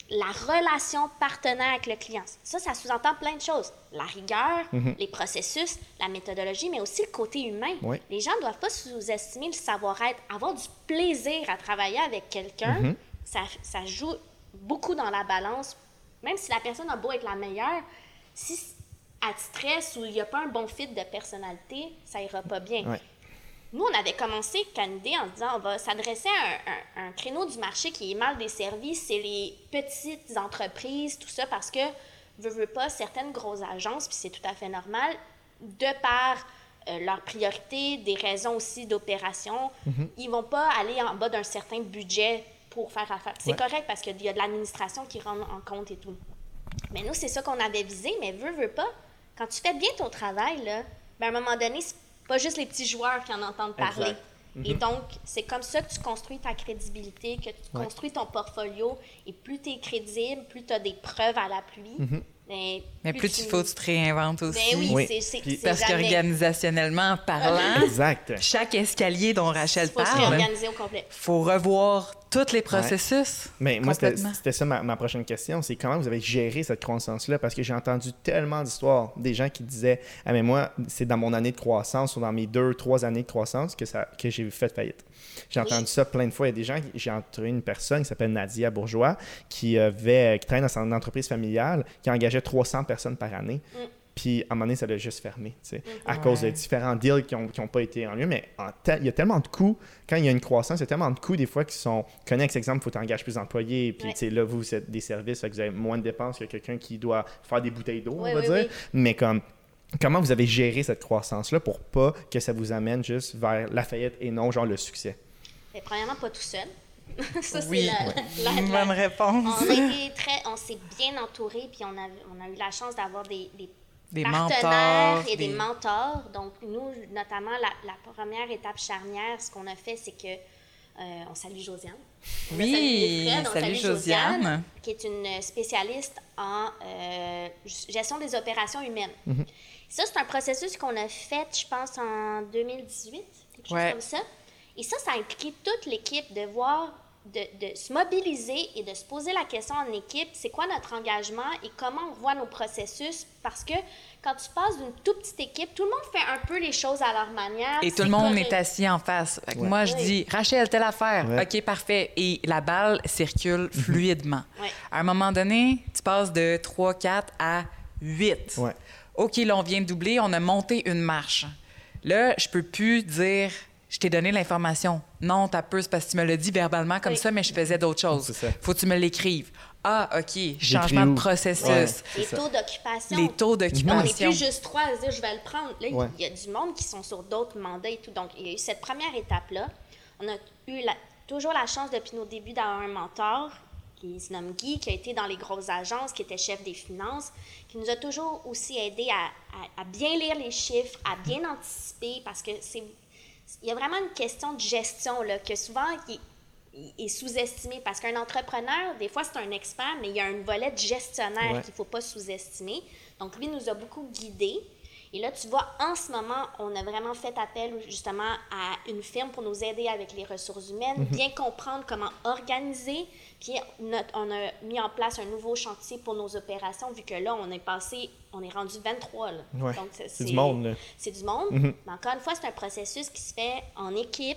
la relation partenaire avec le client. Ça, ça sous-entend plein de choses. La rigueur, mm-hmm. les processus, la méthodologie, mais aussi le côté humain. Oui. Les gens ne doivent pas sous-estimer le savoir-être. Avoir du plaisir à travailler avec quelqu'un, mm-hmm. ça, ça joue beaucoup dans la balance. Même si la personne a beau être la meilleure, si elle te stresse ou il n'y a pas un bon fit de personnalité, ça ira pas bien. Oui. Nous, on avait commencé Canidé en disant on va s'adresser à un, un, un créneau du marché qui est mal desservi, c'est les petites entreprises, tout ça, parce que, veux, veux pas, certaines grosses agences, puis c'est tout à fait normal, de par euh, leurs priorités, des raisons aussi d'opération, mm-hmm. ils vont pas aller en bas d'un certain budget pour faire affaire. C'est ouais. correct parce qu'il y a de l'administration qui rentre en compte et tout. Mais nous, c'est ça qu'on avait visé, mais veux, veux pas, quand tu fais bien ton travail, là, ben à un moment donné, c'est pas juste les petits joueurs qui en entendent parler. Mm-hmm. Et donc, c'est comme ça que tu construis ta crédibilité, que tu ouais. construis ton portfolio. Et plus tu es crédible, plus tu as des preuves à l'appui. Mm-hmm. Mais, Mais plus, plus tu faut que tu te réinventes aussi. Ben oui, oui. c'est, c'est, Puis, c'est Parce jamais... qu'organisationnellement parlant, exact. chaque escalier dont Rachel faut parle, se réorganiser au complet. Faut revoir tous les processus. Ouais. Mais moi, c'était, c'était ça ma, ma prochaine question, c'est comment vous avez géré cette croissance-là? Parce que j'ai entendu tellement d'histoires, des gens qui disaient « Ah, mais moi, c'est dans mon année de croissance ou dans mes deux, trois années de croissance que, ça, que j'ai fait faillite. » J'ai oui. entendu ça plein de fois. Il y a des gens, j'ai entendu une personne qui s'appelle Nadia Bourgeois, qui, avait, qui travaille dans son entreprise familiale, qui engageait trois cents personnes par année. Mm. Puis, à un moment donné, ça l'a juste fermé, tu sais, mm. à ouais. cause de différents deals qui n'ont qui ont pas été en lieu. Mais en te- il y a tellement de coûts, quand il y a une croissance, il y a tellement de coûts, des fois, qui sont connexes. Exemple, il faut t'engager plus d'employés. Puis, ouais. tu sais, là, vous, c'est des services, que vous avez moins de dépenses que quelqu'un qui doit faire des bouteilles d'eau, oui, on va oui, dire. Oui. Mais comme... Comment vous avez géré cette croissance-là pour pas que ça vous amène juste vers la faillite et non, genre, le succès? Mais premièrement, pas tout seul. Ça, oui, c'est la, ouais. la, Une la, bonne réponse. On, a été très, on s'est bien entouré, puis on a, on a eu la chance d'avoir des, des, des partenaires mentors, et des... des mentors. Donc, nous, notamment, la, la première étape charnière, ce qu'on a fait, c'est que euh, on salue Josiane. On oui, Fred, on salut salue Josiane. Josiane, qui est une spécialiste en euh, gestion des opérations humaines. Mm-hmm. Ça, c'est un processus qu'on a fait, je pense, en deux mille dix-huit, quelque chose ouais. comme ça. Et ça, ça a impliqué toute l'équipe de voir, de, de se mobiliser et de se poser la question en équipe, c'est quoi notre engagement et comment on voit nos processus? Parce que quand tu passes d'une toute petite équipe, tout le monde fait un peu les choses à leur manière. Et tout le monde correct. Est assis en face. Ouais. Moi, je oui. dis, Rachel, telle affaire. Ouais. OK, parfait. Et la balle circule fluidement. Ouais. À un moment donné, tu passes de trois quatre à huit. Ouais. OK, là, on vient de doubler, on a monté une marche. Là, je peux plus dire... Je t'ai donné l'information. Non, t'as peu, c'est parce que tu me l'as dit verbalement comme oui. ça, mais je faisais d'autres choses. Faut que tu me l'écrives. Ah, OK, changement de processus. Ouais, les taux d'occupation. Les taux d'occupation. On n'est plus juste trois à se dire, je vais le prendre. Là, ouais. il y a du monde qui sont sur d'autres mandats et tout. Donc, il y a eu cette première étape-là. On a eu la, toujours la chance, depuis nos débuts, d'avoir un mentor qui se nomme Guy, qui a été dans les grosses agences, qui était chef des finances, qui nous a toujours aussi aidé à, à, à bien lire les chiffres, à bien anticiper, parce que c'est... Il y a vraiment une question de gestion là, que souvent il, il est sous-estimée parce qu'un entrepreneur, des fois, c'est un expert, mais il y a un volet de gestionnaire ouais. qu'il ne faut pas sous-estimer. Donc, lui nous a beaucoup guidés. Et là, tu vois, en ce moment, on a vraiment fait appel justement à une firme pour nous aider avec les ressources humaines, mm-hmm. bien comprendre comment organiser. Puis notre, on a mis en place un nouveau chantier pour nos opérations, vu que là, on est passé, on est rendu vingt-trois. Là. Ouais, donc, c'est, c'est du monde. Là. C'est du monde. Mm-hmm. Mais encore une fois, c'est un processus qui se fait en équipe.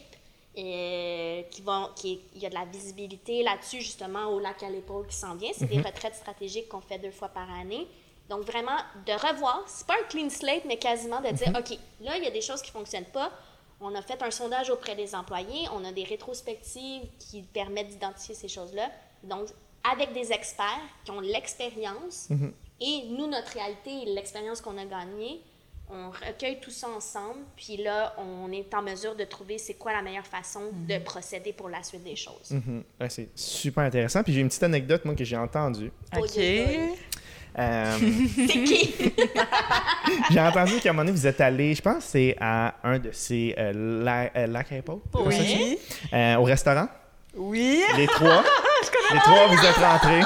Euh, qui vont, qui, il y a de la visibilité là-dessus, justement, au lac à l'épaule qui s'en vient. C'est mm-hmm. des retraites stratégiques qu'on fait deux fois par année. Donc, vraiment, de revoir, c'est pas un clean slate, mais quasiment de dire, mm-hmm. OK, là, il y a des choses qui ne fonctionnent pas. On a fait un sondage auprès des employés. On a des rétrospectives qui permettent d'identifier ces choses-là. Donc, avec des experts qui ont l'expérience mm-hmm. et nous, notre réalité et l'expérience qu'on a gagnée, on recueille tout ça ensemble. Puis là, on est en mesure de trouver c'est quoi la meilleure façon mm-hmm. de procéder pour la suite des choses. Mm-hmm. Ouais, c'est super intéressant. Puis j'ai une petite anecdote, moi, que j'ai entendue. OK. Euh, c'est qui? J'ai entendu qu'à un moment donné, vous êtes allé, je pense que c'est à un de ces euh, lacs euh, lac à épaule. Oui. Euh, au restaurant. Oui. Les trois. Les trois, vous êtes rentrés.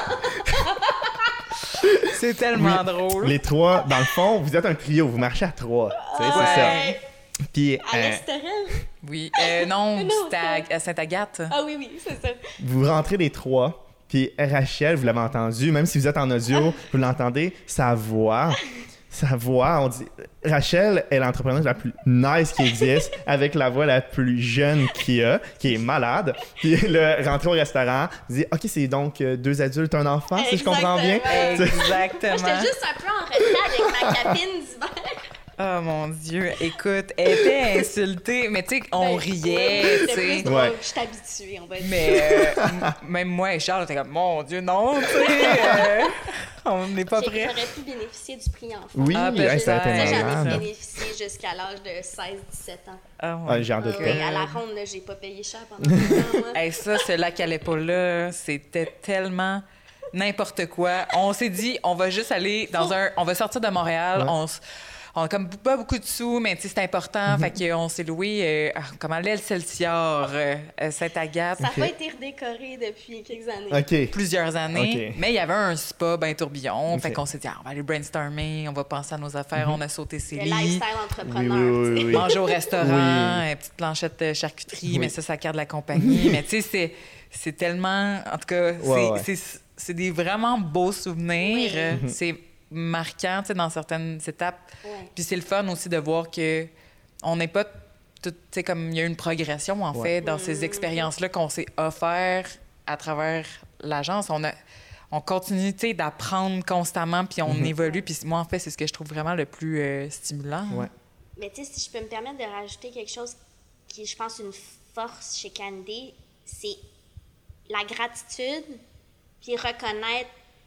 C'est tellement oui, drôle. Les trois, dans le fond, vous êtes un trio, vous marchez à trois. Tu sais, ouais. c'est ça. Puis, à euh, l'Estérel? Oui. Euh, non, non c'était à, à Sainte-Agathe. Ah oui, oui, c'est ça. Vous rentrez les trois. Puis Rachel, vous l'avez entendu, même si vous êtes en audio, vous l'entendez, sa voix, sa voix, on dit... Rachel est l'entrepreneuse la plus nice qui existe, avec la voix la plus jeune qu'il y a, qui est malade. Puis le rentrer au restaurant, dit « OK, c'est donc euh, deux adultes, un enfant, si je comprends bien. » Exactement. Moi, j'étais juste un peu en retard avec ma cabine d'hiver. Oh mon Dieu, écoute, elle était insultée, mais tu sais, on Ben, riait, oui, tu c'était sais. plus drôle. Ouais. Je suis habituée, on va dire. Mais euh, m- même moi et Charles, on était comme, mon Dieu, non, tu sais, euh, on n'est pas J'ai- prêts. J'aurais pu bénéficier du prix enfant. Oui, Ah, hey, ça a peut-être. été Ça, j'en ai malade. bénéficié jusqu'à l'âge de seize dix-sept ans. Ah, ouais. Ah, j'en doute Ah pas. oui, à la ronde, là, j'ai pas payé cher pendant longtemps, moi. Hey, ça, ce lac à l'épaule-là, c'était tellement n'importe quoi. On s'est dit, on va juste aller dans un... On va sortir de Montréal, Ouais. on s- On a comme pas beaucoup de sous, mais tu sais, c'est important. Fait qu'on s'est loué, euh, ah, comment, l'Excelsior, euh, euh, Sainte-Agathe. Ça n'a pas été redécoré depuis quelques années. OK. Plusieurs années. OK. Mais il y avait un spa ben tourbillon. OK. Fait qu'on s'est dit, ah, on va aller brainstormer, on va penser à nos affaires. On a sauté ses Le lits. lifestyle Oui, entrepreneur. oui, oui, tu sais. oui. Manger au restaurant, Oui. une petite planchette de charcuterie, Oui. mais ça, ça carte de la compagnie. Mais tu sais, c'est, c'est tellement... En tout cas, c'est, Ouais, ouais. c'est, c'est des vraiment beaux souvenirs. Oui. Euh, Mhm. C'est marquant, tu sais, dans certaines étapes. Ouais. Puis c'est le fun aussi de voir que on n'est pas tout... Tu sais, comme il y a une progression, en Ouais. fait, dans ces expériences-là qu'on s'est offert à travers l'agence. On a... On continue, tu sais, d'apprendre constamment, puis on Mhm. évolue. Puis moi, en fait, c'est ce que je trouve vraiment le plus euh, stimulant. Ouais. Mais tu sais, si je peux me permettre de rajouter quelque chose qui est, je pense, une force chez Candy, c'est la gratitude, puis reconnaître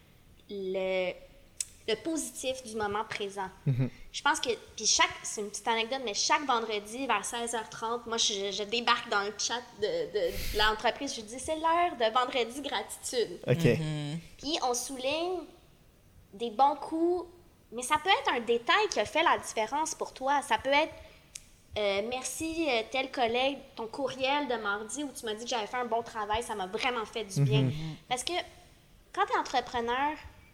le, le positif du moment présent. Je pense que, puis chaque, c'est une petite anecdote, mais chaque vendredi vers seize heures trente, moi, je, je débarque dans le chat de, de, de l'entreprise, je dis, c'est l'heure de vendredi gratitude. OK. Puis on souligne des bons coups, mais ça peut être un détail qui a fait la différence pour toi. Ça peut être euh, merci euh, tel collègue, ton courriel de mardi où tu m'as dit que j'avais fait un bon travail, ça m'a vraiment fait du bien. Parce que quand tu es entrepreneur,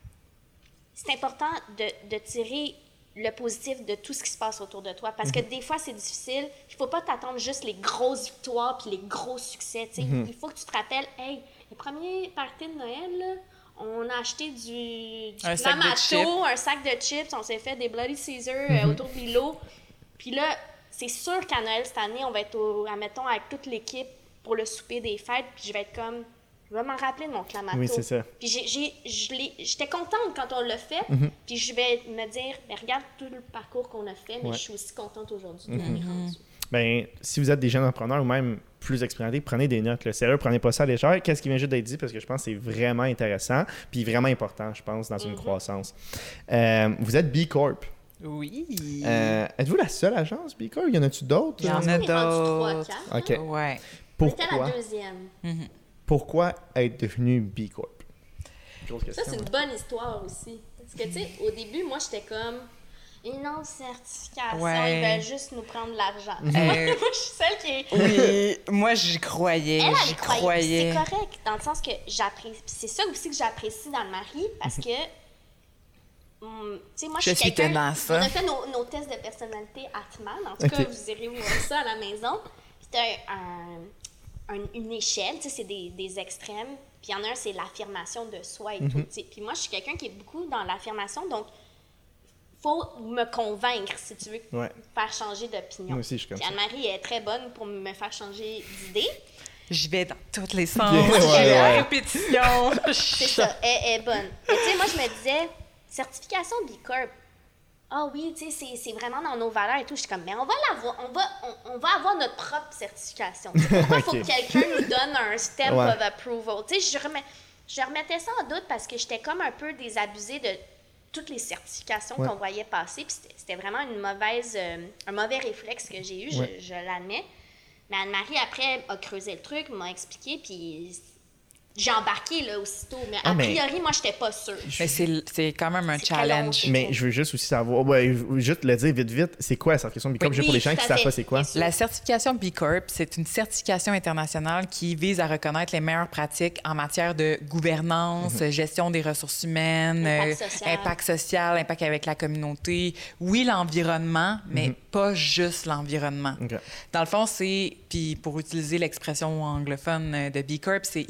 c'est important de, de tirer le positif de tout ce qui se passe autour de toi. Parce que des fois, c'est difficile. Il faut pas t'attendre juste les grosses victoires puis les gros succès. tu sais. Il faut que tu te rappelles, hey, le premier party de Noël, là, on a acheté du, du Un sac de chips. Clamato, un sac de chips, on s'est fait des Bloody Caesar euh, autour de l'îlot. Puis là, c'est sûr qu'à Noël cette année, on va être, au, admettons, avec toute l'équipe pour le souper des fêtes. Puis je vais être comme, je vais m'en rappeler de mon Clamato. Oui, c'est ça. Puis j'ai, j'ai, je l'ai- j'étais contente quand on l'a fait. Puis je vais me dire, mais regarde tout le parcours qu'on a fait, mais Ouais. je suis aussi contente aujourd'hui de l'avoir rendu. Ben, si vous êtes des jeunes entrepreneurs ou même plus expérimentés, prenez des notes. Là. Sérieux, prenez pas ça à légère. Qu'est-ce qui vient juste d'être dit? Parce que je pense que c'est vraiment intéressant puis vraiment important, je pense, dans une croissance. Euh, vous êtes B Corp. Oui. Euh, êtes-vous la seule agence B Corp? Y en a-tu d'autres? Il y en On a est rendu trois, d'autres. quatre. OK. Ouais. On était à Pourquoi, la deuxième. pourquoi être devenu B Corp? Grosse Ça, question. c'est une bonne histoire aussi. Parce que, tu sais, au début, moi, j'étais comme, une autre certification, Ouais. ils veulent juste nous prendre de l'argent. Euh, Moi, je suis celle qui est. Oui, moi, j'y croyais. Elle, J'y elle croyait. croyais. C'est correct, dans le sens que j'apprécie. C'est ça aussi que j'apprécie dans le mari, parce que. hum, tu sais, moi, je Je suis suis quelqu'un. tenace, On hein. a fait nos, nos tests de personnalité Atman. En tout Ok. cas, vous irez voir ça à la maison. C'était un, un- une échelle, tu sais, c'est des, des extrêmes. Puis il y en a un, c'est l'affirmation de soi et tout. tu sais. Puis moi, je suis quelqu'un qui est beaucoup dans l'affirmation, donc faut me convaincre, si tu veux, Ouais. faire changer d'opinion. Moi aussi, je suis comme Puis ça. Anne-Marie est très bonne pour me faire changer d'idée. J'y vais dans tous les sens. Ouais, J'y vais à ouais. répétition. C'est ça, elle elle est bonne. Mais tu sais, moi, je me disais, certification B Corp, ah oui, tu sais, c'est- c'est vraiment dans nos valeurs et tout. Je suis comme, mais on va l'avoir, on va, on, on va avoir notre propre certification. Tu sais, pourquoi il faut Ok. que quelqu'un nous donne un stamp Ouais. of approval? Tu sais, je, remets- je remettais ça en doute parce que j'étais comme un peu désabusée de toutes les certifications Ouais. qu'on voyait passer. Puis c'était- c'était vraiment une mauvaise, euh, un mauvais réflexe que j'ai eu, je- Ouais. je, l'admets. Mais Anne-Marie, après, a creusé le truc, m'a expliqué, puis j'ai embarqué là, aussitôt. Mais Ah, a mais- priori, moi, j'étais pas sûre. Mais c'est c'est quand même un C'est très long, challenge. c'est- Mais je veux juste aussi savoir, ouais, juste le dire vite, vite, c'est quoi la certification B Corp? Oui, Juste pour les gens tout qui à savent fait, pas c'est quoi. bien sûr. La certification B Corp, c'est une certification internationale qui vise à reconnaître les meilleures pratiques en matière de gouvernance, gestion des ressources humaines, Impact euh, social. impact social, impact avec la communauté. Oui, l'environnement, mais pas juste l'environnement. OK. Dans le fond, c'est, puis pour utiliser l'expression anglophone euh, de B Corp, c'est Use Business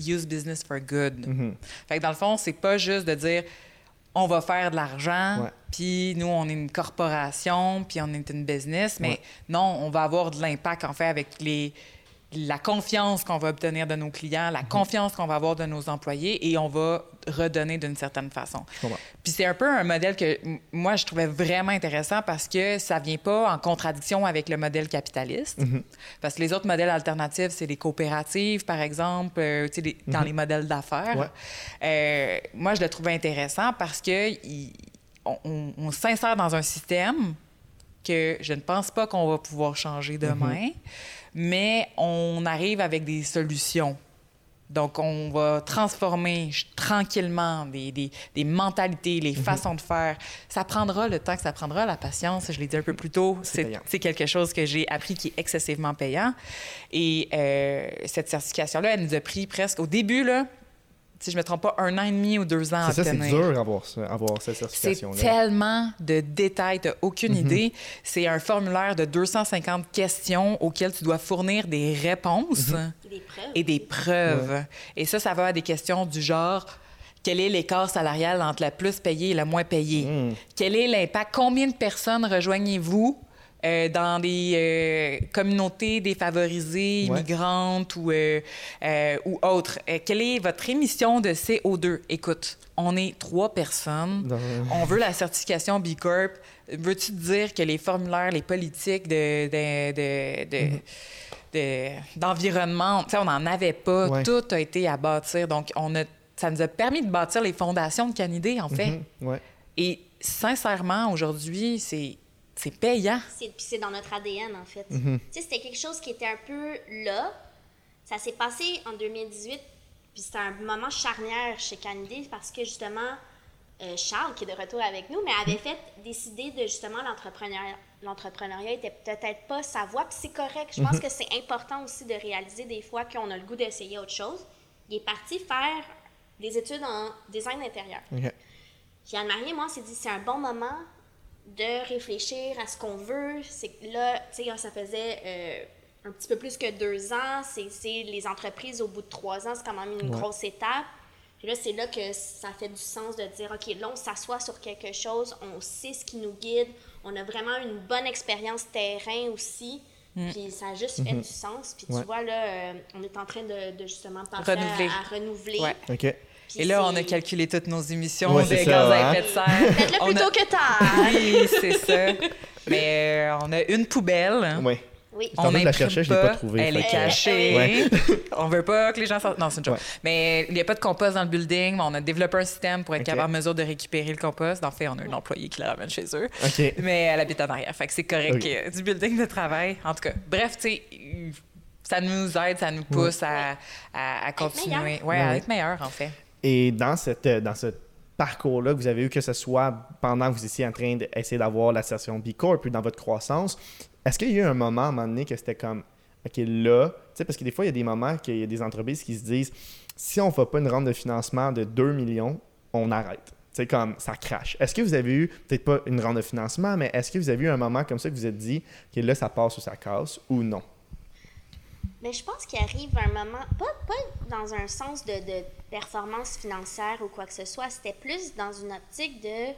business for good. Mm-hmm. Fait que dans le fond, c'est pas juste de dire on va faire de l'argent, Ouais. puis nous, on est une corporation, puis on est une business, mais Ouais. non, on va avoir de l'impact, en fait, avec les, la confiance qu'on va obtenir de nos clients, la Mm-hmm. confiance qu'on va avoir de nos employés, et on va redonner d'une certaine façon. Je comprends. Puis c'est un peu un modèle que m- moi, je trouvais vraiment intéressant parce que ça vient pas en contradiction avec le modèle capitaliste. Mm-hmm. Parce que les autres modèles alternatifs, c'est les coopératives, par exemple, euh, tu sais, les- dans les modèles d'affaires. Ouais. Euh, moi, je le trouvais intéressant parce que il- on, on- on s'insère dans un système que je ne pense pas qu'on va pouvoir changer demain, mais on arrive avec des solutions. Donc, on va transformer ch- tranquillement des, des, des mentalités, les façons de faire. Ça prendra le temps que ça prendra, la patience. Je l'ai dit un peu plus tôt, c'est payant. c'est quelque chose que j'ai appris qui est excessivement payant. Et euh, cette certification-là, elle nous a pris presque, au début, là, si je ne me trompe pas, un an et demi ou deux ans à C'est ça, c'est obtenir. dur d'avoir ça, avoir cette C'est certification-là. tellement de détails, tu n'as aucune Mm-hmm. idée. C'est un formulaire de deux cent cinquante questions auxquelles tu dois fournir des réponses Mm-hmm. Des preuves. et des preuves. Et ça, ça va à des questions du genre quel est l'écart salarial entre la plus payée et la moins payée? Mm. Quel est l'impact? Combien de personnes rejoignez-vous euh, dans des euh, communautés défavorisées, Ouais. immigrantes ou, euh, euh, ou autres? Euh, quelle est votre émission de C O deux? Écoute, on est trois personnes. Dans- On veut la certification B Corp. Veux-tu te dire que les formulaires, les politiques de, de, de, de- de- d'environnement, tu sais, on n'en avait pas. Ouais. Tout a été à bâtir. Donc, on a, ça nous a permis de bâtir les fondations de Canidé, en fait. Mhm. Ouais. Et sincèrement, aujourd'hui, c'est, c'est payant. C'est- Puis c'est dans notre A D N, en fait. Mm-hmm. Tu sais, c'était quelque chose qui était un peu là. Ça s'est passé en deux mille dix-huit, puis c'était un moment charnière chez Canidé parce que, justement, euh, Charles, qui est de retour avec nous, mais avait fait décider de, justement, l'entrepreneuriat. L'entrepreneuriat était peut-être pas sa voie, puis c'est correct. Je pense que c'est important aussi de réaliser des fois qu'on a le goût d'essayer autre chose. Il est parti faire des études en design intérieur. OK. Puis Anne-Marie et moi, on s'est dit, c'est un bon moment de réfléchir à ce qu'on veut. C'est que là, tu sais, ça faisait euh, un petit peu plus que deux ans. C'est, c'est les entreprises, au bout de trois ans, c'est quand même une Ouais. grosse étape. Puis là, c'est là que ça fait du sens de dire, OK, là, on s'assoit sur quelque chose, on sait ce qui nous guide, on a vraiment une bonne expérience terrain aussi. Puis ça a juste fait du sens. Puis Ouais. tu vois, là, euh, on est en train de, de justement penser Renouveler. à, à renouveler. Ouais. OK. Puis Et là, on a c'est- calculé toutes nos émissions Ouais, de c'est gaz ça, à hein? effet de serre. Faites-le On plus a- tôt que tard. Oui, c'est ça. Mais euh, on a une poubelle. Oui. Oui. J'étais en train de la n'imprime chercher, je l'ai pas trouvée, Elle fait est que- cachée. Ouais. On veut pas que les gens sortent. Non, c'est une joke. Ouais. Mais il n'y a pas de compost dans le building. Mais on a développé un système pour être OK. capable en mesure de récupérer le compost. En fait, on a un employé qui la ramène chez eux. OK. Mais elle habite en arrière. Fait que c'est correct. OK. euh, Du building de travail. En tout cas, bref, tu sais, ça nous aide, ça nous pousse à, à, à continuer. meilleur. Ouais, à Ouais. être meilleur, en fait. Et dans, cette, euh, dans ce parcours-là que vous avez eu, que ce soit pendant que vous étiez en train d'essayer d'avoir la station B Corp, puis dans votre croissance, est-ce qu'il y a eu un moment, à un moment donné, que c'était comme, OK, là, tu sais, parce que des fois, il y a des moments qu'il y a des entreprises qui se disent, si on ne fait pas une ronde de financement de deux millions, on arrête. C'est comme, ça crache. Est-ce que vous avez eu, peut-être pas une ronde de financement, mais est-ce que vous avez eu un moment comme ça que vous vous êtes dit, que là, ça passe ou ça casse, ou non? Mais je pense qu'il arrive un moment, pas, pas dans un sens de, de performance financière ou quoi que ce soit, c'était plus dans une optique de,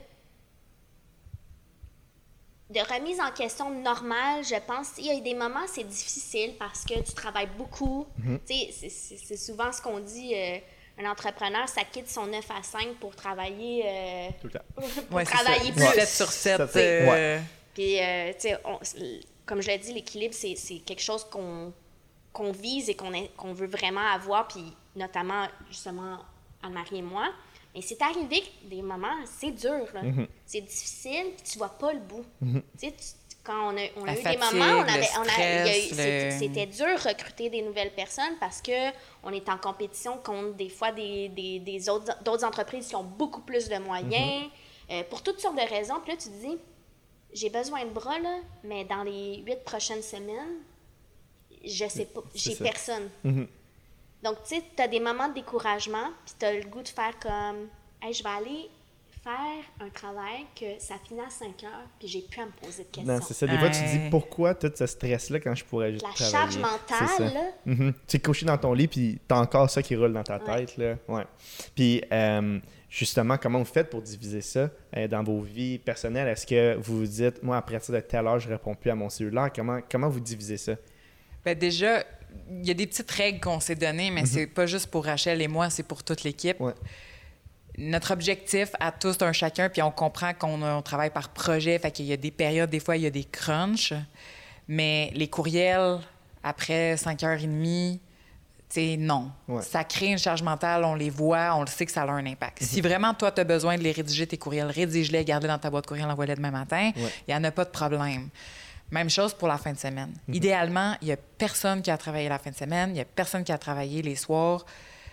de remise en question normale, je pense. Il y a des moments, c'est difficile parce que tu travailles beaucoup. Tu sais, c'est- c'est c'est souvent ce qu'on dit, euh, un entrepreneur, ça quitte son neuf à cinq pour travailler, euh, Tout le temps. pour Ouais, c'est ça. travailler plus. sept sur sept. Ça, euh, ouais. Puis, euh, tu sais, on- comme je l'ai dit, l'équilibre, c'est c'est quelque chose qu'on qu'on vise et qu'on est- qu'on veut vraiment avoir, puis notamment, justement, Anne-Marie et moi. Mais c'est arrivé que des moments, c'est dur, là. C'est difficile, puis tu vois pas le bout. Tu sais, tu- quand on a, on a La eu des fatigue, moments, on le avait, on a- il y a eu- stress, c'était le- c'était dur recruter des nouvelles personnes parce que on est en compétition contre des fois des, des, des autres d'autres entreprises qui ont beaucoup plus de moyens, euh, pour toutes sortes de raisons. Puis là, tu te dis, j'ai besoin de bras, là, mais dans les huit prochaines semaines, je sais pas, j'ai ça. personne. Mhm. Donc, tu sais, tu as des moments de découragement, puis tu as le goût de faire comme, hey, je vais aller faire un travail que ça finit à cinq heures, puis j'ai plus à me poser de questions. Non, c'est ça. Des fois, tu te dis Ouais. pourquoi tout ce stress-là quand je pourrais juste La travailler. charge C'est mentale, ça. là. Mhm. Tu es couché dans ton lit, puis t'as encore ça qui roule dans ta Ouais. tête. Là. Ouais. Puis, euh, justement, comment vous faites pour diviser ça euh, dans vos vies personnelles? Est-ce que vous vous dites, moi, à partir de telle heure, je réponds plus à mon cellulaire? Comment, comment vous divisez ça? Ben déjà, il y a des petites règles qu'on s'est données, mais c'est pas juste pour Rachel et moi, c'est pour toute l'équipe. Ouais. Notre objectif à tous un chacun, puis on comprend qu'on on travaille par projet, fait qu'il y a des périodes, des fois, il y a des crunchs, mais les courriels, après cinq heures trente, tu sais, non. Ouais. Ça crée une charge mentale, on les voit, on le sait que ça a un impact. Si vraiment, toi, tu as besoin de les rédiger, tes courriels, rédige-les, garde-les dans ta boîte courriel, envoie-les demain matin, il Ouais. n'y en a pas de problème. Même chose pour la fin de semaine. Idéalement, il n'y a personne qui a travaillé la fin de semaine, il n'y a personne qui a travaillé les soirs.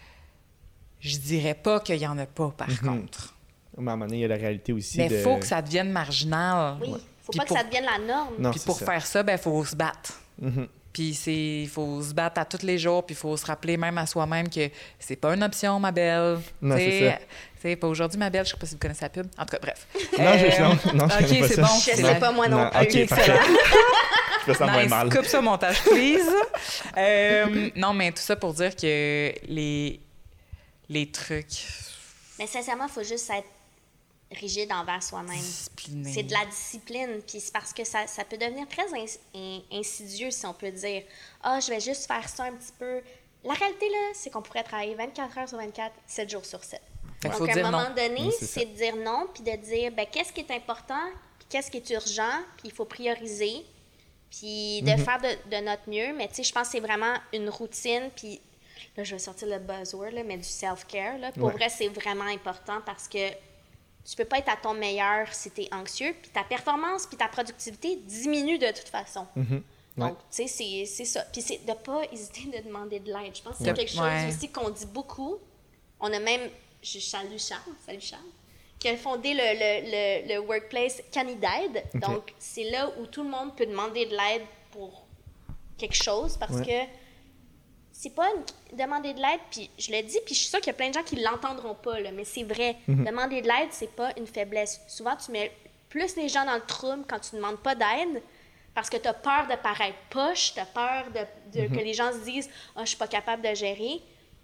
Je dirais pas qu'il n'y en a pas, par contre. À un moment donné, il y a la réalité aussi. Mais il de... faut que ça devienne marginal. Oui, faut Puis pas pour- que ça devienne la norme. Non, Puis c'est pour ça. faire ça, il faut se battre. Mhm. Puis c'est, il faut se battre à tous les jours, puis il faut se rappeler même à soi-même que c'est pas une option, ma belle. Non, T'sais, c'est ça. t'sais, pas aujourd'hui, ma belle. Je sais pas si vous connaissez la pub. En tout cas, bref. Non, je- non, non, je OK, connais pas c'est ça. bon. Je c'est sais la- pas, moi non, Non, plus. ok, parfait. Je me sens moins Nice. mal. Coupe ça, montage, please. Euh, non, mais tout ça pour dire que les, les trucs Mais sincèrement, il faut juste être rigide envers soi-même. disciplinés. C'est de la discipline, puis c'est parce que ça, ça peut devenir très ins- in- insidieux si on peut dire « Ah, je vais juste faire ça un petit peu. » La réalité, là, c'est qu'on pourrait travailler vingt-quatre heures sur vingt-quatre, sept jours sur sept. Fait qu'il Donc, faut à dire un moment non. donné, Oui, c'est ça. c'est de dire non, puis de dire ben, qu'est-ce qui est important, puis qu'est-ce qui est urgent, puis il faut prioriser, puis de faire de, de notre mieux. Mais tu sais, je pense que c'est vraiment une routine, puis là, je vais sortir le buzzword, là, mais du self-care. Là. Pour Ouais. vrai, c'est vraiment important parce que tu peux pas être à ton meilleur si tu es anxieux, puis ta performance, puis ta productivité diminue de toute façon. Mhm. Donc, tu sais, c'est- c'est ça. Puis c'est de pas hésiter de demander de l'aide. Je pense que c'est Ouais. quelque chose Ouais. aussi qu'on dit beaucoup. On a même, je salue Charles, salut Charles, qui a fondé le, le, le, le Workplace Candidate. Ok. Donc, c'est là où tout le monde peut demander de l'aide pour quelque chose parce Ouais. que c'est pas une... demander de l'aide, puis je le dis, puis je suis sûre qu'il y a plein de gens qui l'entendront pas, là, mais c'est vrai. Mhm. Demander de l'aide, c'est pas une faiblesse. Souvent, tu mets plus les gens dans le trouble quand tu demandes pas d'aide parce que tu as peur de paraître poche, tu as peur de, de- Mhm. que les gens se disent « Ah, je suis pas capable de gérer ».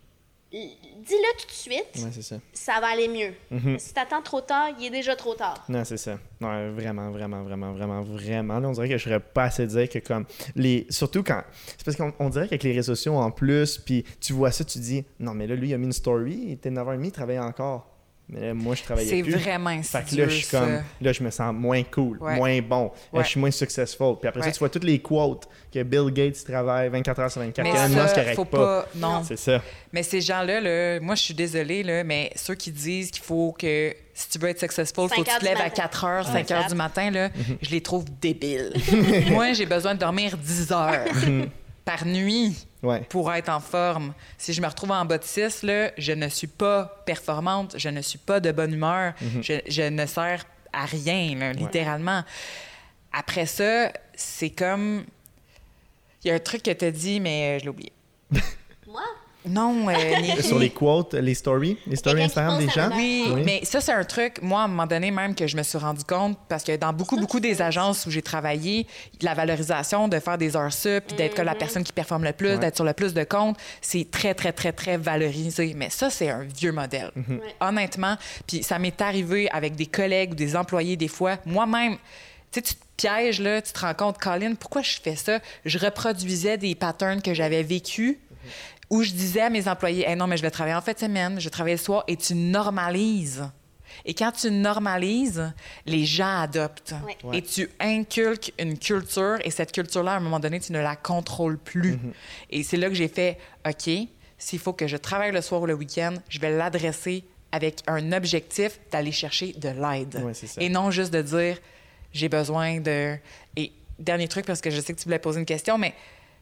Dis-le tout de suite, Ouais, c'est ça. ça va aller mieux. Mhm. Si tu attends trop tard, il est déjà trop tard. Non, c'est ça. Ouais, vraiment, vraiment, vraiment, vraiment, vraiment. Là, on dirait que je serais pas assez dire que comme les. Surtout quand. C'est parce qu'on on dirait qu'avec les réseaux sociaux en plus, puis tu vois ça, tu dis non, mais là, lui, il a mis une story, il était neuf heures trente, il travaillait encore. Mais là, moi, je travaillais C'est plus. vraiment Fait que insidieux, là, je suis ça. comme. Là, je me sens moins cool, Ouais. moins bon. Là, Ouais. je suis moins successful. Puis après ça, Ouais. tu vois toutes les quotes que Bill Gates travaille vingt-quatre heures sur vingt-quatre. Mais Elon Musk ça, arrête faut pas. pas... Non. C'est ça. Mais ces gens-là, là, moi, je suis désolée, là, mais ceux qui disent qu'il faut que, si tu veux être successful, il faut que cinq tu te heures lèves du à matin. quatre heures, Ouais. cinq heures Exact. du matin, là, Mhm. je les trouve débiles. Moi, j'ai besoin de dormir dix heures par nuit Ouais. pour être en forme. Si je me retrouve en bas de six, là, je ne suis pas performante, je ne suis pas de bonne humeur, Mhm. je, je ne sers à rien, là, littéralement. Après ça, c'est comme... Il y a un truc que tu as dit, mais euh, je l'ai oublié. Moi? Non, euh, Neri. Sur les quotes, les stories, les stories Quelqu'un qui Instagram des poste gens. un Oui, Oui. mais ça, c'est un truc, moi, à un moment donné, même que je me suis rendu compte, parce que dans beaucoup, beaucoup des agences où j'ai travaillé, la valorisation de faire des heures sup, puis d'être comme la personne qui performe le plus, Ouais. d'être sur le plus de comptes, c'est très, très, très, très valorisé. Mais ça, c'est un vieux modèle. Mhm. Ouais. Honnêtement. Puis ça m'est arrivé avec des collègues ou des employés, des fois. Moi-même, tu sais, tu te pièges, là, tu te rends compte, Colin, pourquoi je fais ça? Je reproduisais des patterns que j'avais vécus. Où je disais à mes employés, hey, non, mais je vais travailler en fin de semaine, je vais travailler le soir, et tu normalises. Et quand tu normalises, les gens adoptent. Ouais. Ouais. Et tu inculques une culture, et cette culture-là, à un moment donné, tu ne la contrôles plus. Et c'est là que j'ai fait, OK, s'il faut que je travaille le soir ou le week-end, je vais l'adresser avec un objectif d'aller chercher de l'aide. Ouais, c'est ça. Et non juste de dire, j'ai besoin de... Et dernier truc, parce que je sais que tu voulais poser une question, mais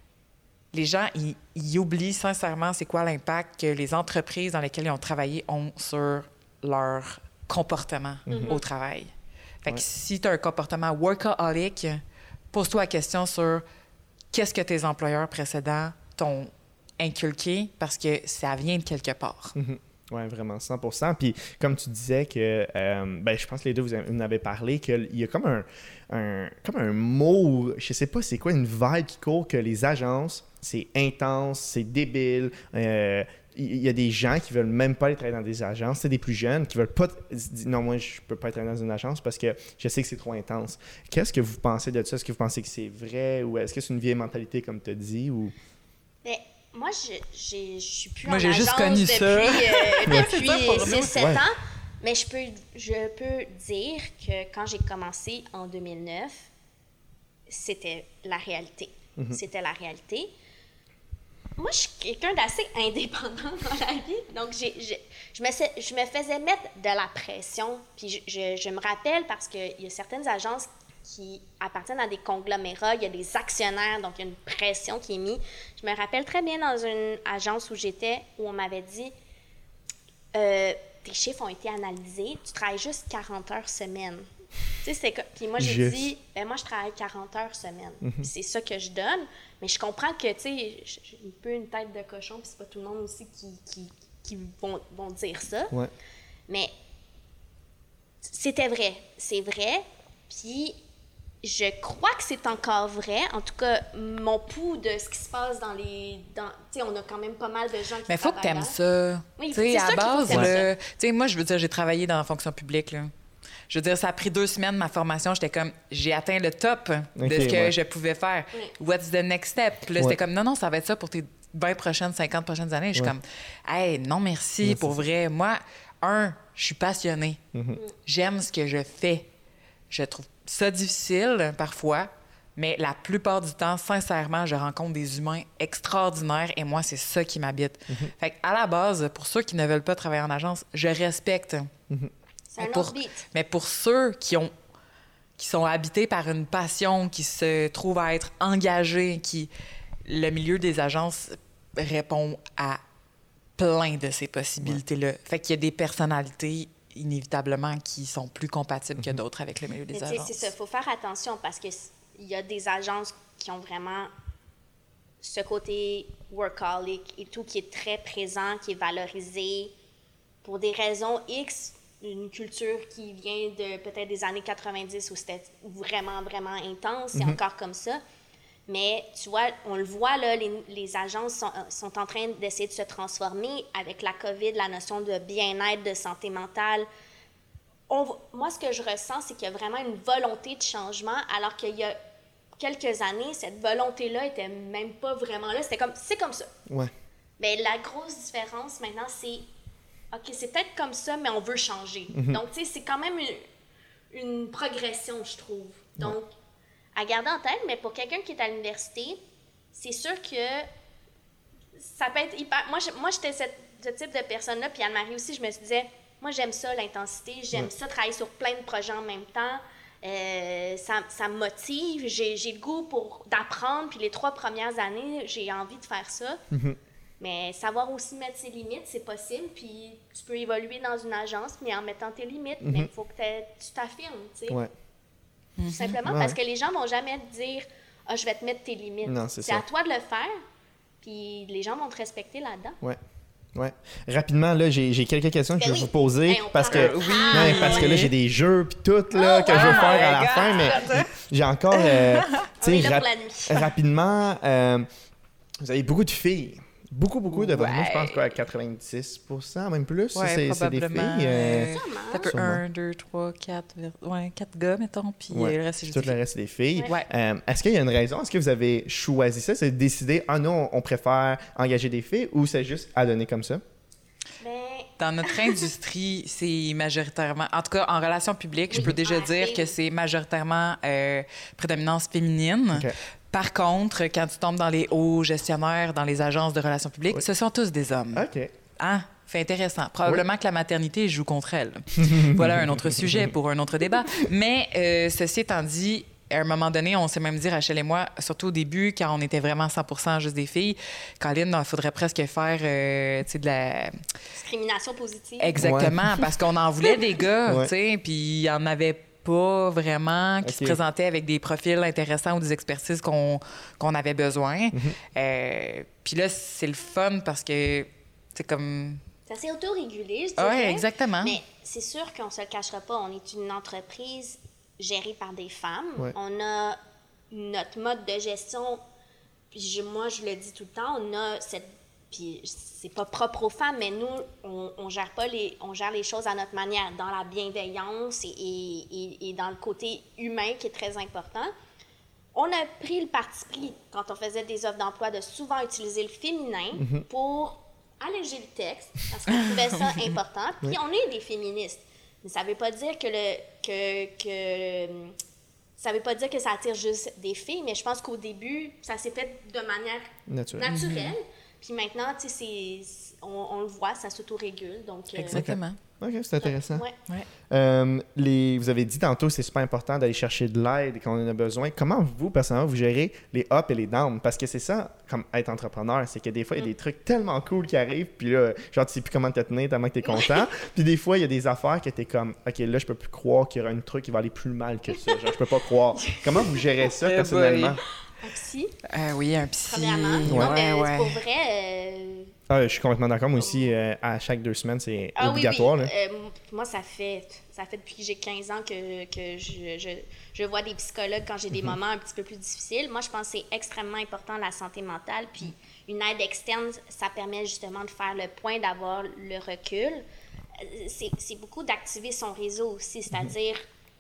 les gens, ils, ils oublient sincèrement c'est quoi l'impact que les entreprises dans lesquelles ils ont travaillé ont sur leur comportement au travail. Fait que Ouais. si tu as un comportement workaholic, pose-toi la question sur qu'est-ce que tes employeurs précédents t'ont inculqué parce que ça vient de quelque part. Mhm. Oui, vraiment, cent pour cent. Puis comme tu disais que, euh, ben, je pense que les deux, vous en avez parlé, qu'il y a comme un, un, comme un mot, je sais pas c'est quoi, une vibe qui court que les agences, c'est intense, c'est débile. Euh, il y a des gens qui veulent même pas aller travailler dans des agences, c'est des plus jeunes qui veulent pas dire non, moi je peux pas être dans une agence parce que je sais que c'est trop intense. Qu'est-ce que vous pensez de ça? Est-ce que vous pensez que c'est vrai ou est-ce que c'est une vieille mentalité comme tu as dit? Ou... Mais moi, je je suis plus moi, en j'ai agence juste connu depuis, ça. euh, depuis ça six sept Ouais. ans. Mais je peux, je peux dire que quand j'ai commencé en deux mille neuf, c'était la réalité. Mm-hmm. C'était la réalité. Moi, je suis quelqu'un d'assez indépendant dans la vie. Donc, j'ai, j'ai, je, me, je me faisais mettre de la pression. Puis, je, je, je me rappelle parce qu'il y a certaines agences qui appartiennent à des conglomérats, il y a des actionnaires, donc il y a une pression qui est mise. Je me rappelle très bien dans une agence où j'étais, où on m'avait dit euh, tes chiffres ont été analysés, tu travailles juste quarante heures semaine. Tu sais, c'est comme... Puis moi, j'ai Juste. dit, ben moi, je travaille quarante heures semaine. Mm-hmm. Puis c'est ça que je donne. Mais je comprends que, tu sais, j'ai un peu une tête de cochon, puis c'est pas tout le monde aussi qui, qui, qui vont, vont dire ça. Ouais. Mais c'était vrai. C'est vrai. Puis je crois que c'est encore vrai. En tout cas, mon pouls de ce qui se passe dans les... Dans, tu sais, on a quand même pas mal de gens qui Mais il faut que tu aimes ça. Oui, tu sais, à ça base, qu'il faut là, tu sais, moi, je veux dire, j'ai travaillé dans la fonction publique, là. Je veux dire, ça a pris deux semaines, ma formation. J'étais comme, j'ai atteint le top de okay, ce que ouais. je pouvais faire. Oui. What's the next step? Puis là, ouais. c'était comme, non, non, ça va être ça pour tes vingt prochaines, cinquante prochaines années. Je suis ouais. comme, hey, non, merci, non, pour vrai. Moi, un, je suis passionnée. Mm-hmm. J'aime ce que je fais. Je trouve ça difficile, parfois, mais la plupart du temps, sincèrement, je rencontre des humains extraordinaires et moi, c'est ça qui m'habite. Mm-hmm. Fait qu'à la base, pour ceux qui ne veulent pas travailler en agence, je respecte. Mm-hmm. C'est un pour, autre beat. Mais pour ceux qui ont qui sont habités par une passion, qui se trouvent à être engagés, qui le milieu des agences répond à plein de ces possibilités-là. Ouais. Fait qu'il y a des personnalités inévitablement qui sont plus compatibles mm-hmm. que d'autres avec le milieu des mais agences. C'est ça, il faut faire attention parce que il y a des agences qui ont vraiment ce côté workaholic et tout qui est très présent, qui est valorisé pour des raisons X. Une culture qui vient de peut-être des années quatre-vingt-dix où c'était vraiment, vraiment intense, c'est mm-hmm. encore comme ça. Mais tu vois, on le voit, là, les, les agences sont, sont en train d'essayer de se transformer avec la COVID, la notion de bien-être, de santé mentale. On, moi, ce que je ressens, c'est qu'il y a vraiment une volonté de changement, alors qu'il y a quelques années, cette volonté-là était même pas vraiment là. C'était comme, c'est comme ça. Ouais. Mais la grosse différence maintenant, c'est OK, c'est peut-être comme ça, mais on veut changer. Mm-hmm. Donc, tu sais, c'est quand même une, une progression, je trouve. Donc, ouais. à garder en tête, mais pour quelqu'un qui est à l'université, c'est sûr que ça peut être hyper... Moi, je, moi j'étais cette, ce type de personne-là, puis Anne-Marie aussi, je me disais, moi, j'aime ça, l'intensité, j'aime ouais. ça, travailler sur plein de projets en même temps. Euh, ça, ça me motive, j'ai, j'ai le goût pour d'apprendre, puis les trois premières années, j'ai envie de faire ça. Mm-hmm. Mais savoir aussi mettre ses limites, c'est possible. Puis tu peux évoluer dans une agence, mais en mettant tes limites. Mm-hmm. Mais il faut que tu t'affirmes, tu sais. Ouais. Tout simplement ouais. parce que les gens vont jamais te dire « Ah, oh, je vais te mettre tes limites. » Non, c'est, c'est ça. à toi de le faire, puis les gens vont te respecter là-dedans. Ouais. Ouais. Rapidement, là, j'ai, j'ai quelques questions que ben je vais oui. vous poser. Hey, parce que, oui. ouais, parce que là, j'ai des jeux puis tout là, oh, que je veux wow, faire à la God. fin, mais j'ai encore... Euh, On est là rap- pour la nuit. rapidement, euh, vous avez beaucoup de filles. Beaucoup, beaucoup de votre ouais. monde, je pense quoi, quatre-vingt-dix pour cent, même plus, ouais, c'est, c'est des filles. Euh, ça peut un, deux, trois, quatre, ouais, quatre gars, mettons, puis ouais. le reste, c'est juste tout le reste, c'est des filles. Ouais. Euh, est-ce qu'il y a une raison? Est-ce que vous avez choisi ça? C'est décidé, ah non, on préfère engager des filles ou c'est juste à donner comme ça? Mais... Dans notre industrie, c'est majoritairement... En tout cas, en relations publiques, je peux déjà ah, dire que c'est majoritairement euh, prédominance féminine. Okay. Par contre, quand tu tombes dans les hauts gestionnaires, dans les agences de relations publiques, oui. ce sont tous des hommes. OK. Ah, fait intéressant. Probablement oui. que la maternité joue contre elle. Voilà un autre sujet pour un autre débat. Mais euh, ceci étant dit, à un moment donné, on s'est même dit, Rachel et moi, surtout au début, quand on était vraiment cent pour cent juste des filles, Colin, il faudrait presque faire euh, tu sais, de la... discrimination positive. Exactement, ouais. parce qu'on en voulait des gars, ouais. tu sais, puis il y en avait pas vraiment qui okay. se présentaient avec des profils intéressants ou des expertises qu'on, qu'on avait besoin. Mm-hmm. Euh, puis là, c'est le fun parce que, c'est comme... C'est assez autorégulé, je Ah dirais. ouais, exactement. Mais c'est sûr qu'on se le cachera pas. On est une entreprise gérée par des femmes. Ouais. On a notre mode de gestion. Puis je- moi, je le dis tout le temps, on a cette... Puis c'est pas propre aux femmes, mais nous, on, on gère pas les... On gère les choses à notre manière, dans la bienveillance et, et, et- et dans le côté humain qui est très important. On a pris le parti pris, quand on faisait des offres d'emploi, de souvent utiliser le féminin pour alléger le texte, parce qu'on trouvait ça important. Puis on est des féministes. Mais ça veut pas dire que le... Que, que, ça veut pas dire que ça attire juste des filles, mais je pense qu'au début, ça s'est fait de manière Naturel. naturelle. Puis maintenant, tu sais, c'est- on, on le voit, ça s'autorégule. Donc, euh, Exactement. OK, c'est intéressant. ouais. Ouais. Euh, les, vous avez dit tantôt, c'est super important d'aller chercher de l'aide quand on en a besoin. Comment vous, personnellement, vous gérez les ups et les downs? Parce que c'est ça, comme être entrepreneur, c'est que des fois, il y a des trucs tellement cool qui arrivent, puis là, genre, tu sais plus comment te tenir tellement que t'es content. Puis des fois, il y a des affaires que t'es comme, OK, là, je peux plus croire qu'il y aura un truc qui va aller plus mal que ça. Genre, je peux pas croire. Comment vous gérez ça, Eh personnellement? Un psy, Euh, oui, un psy. premièrement. Ouais, Non, mais ouais. pour vrai... euh, Ah, je suis complètement d'accord. Moi aussi, euh, à chaque deux semaines, c'est Ah obligatoire. oui, là. oui. Euh, moi, ça fait, ça fait depuis que j'ai quinze ans que, que je, je, je vois des psychologues quand j'ai des moments un petit peu plus difficiles. Moi, je pense que c'est extrêmement important, la santé mentale. Puis une aide externe, ça permet justement de faire le point, d'avoir le recul. Euh, C'est, c'est beaucoup d'activer son réseau aussi, c'est-à-dire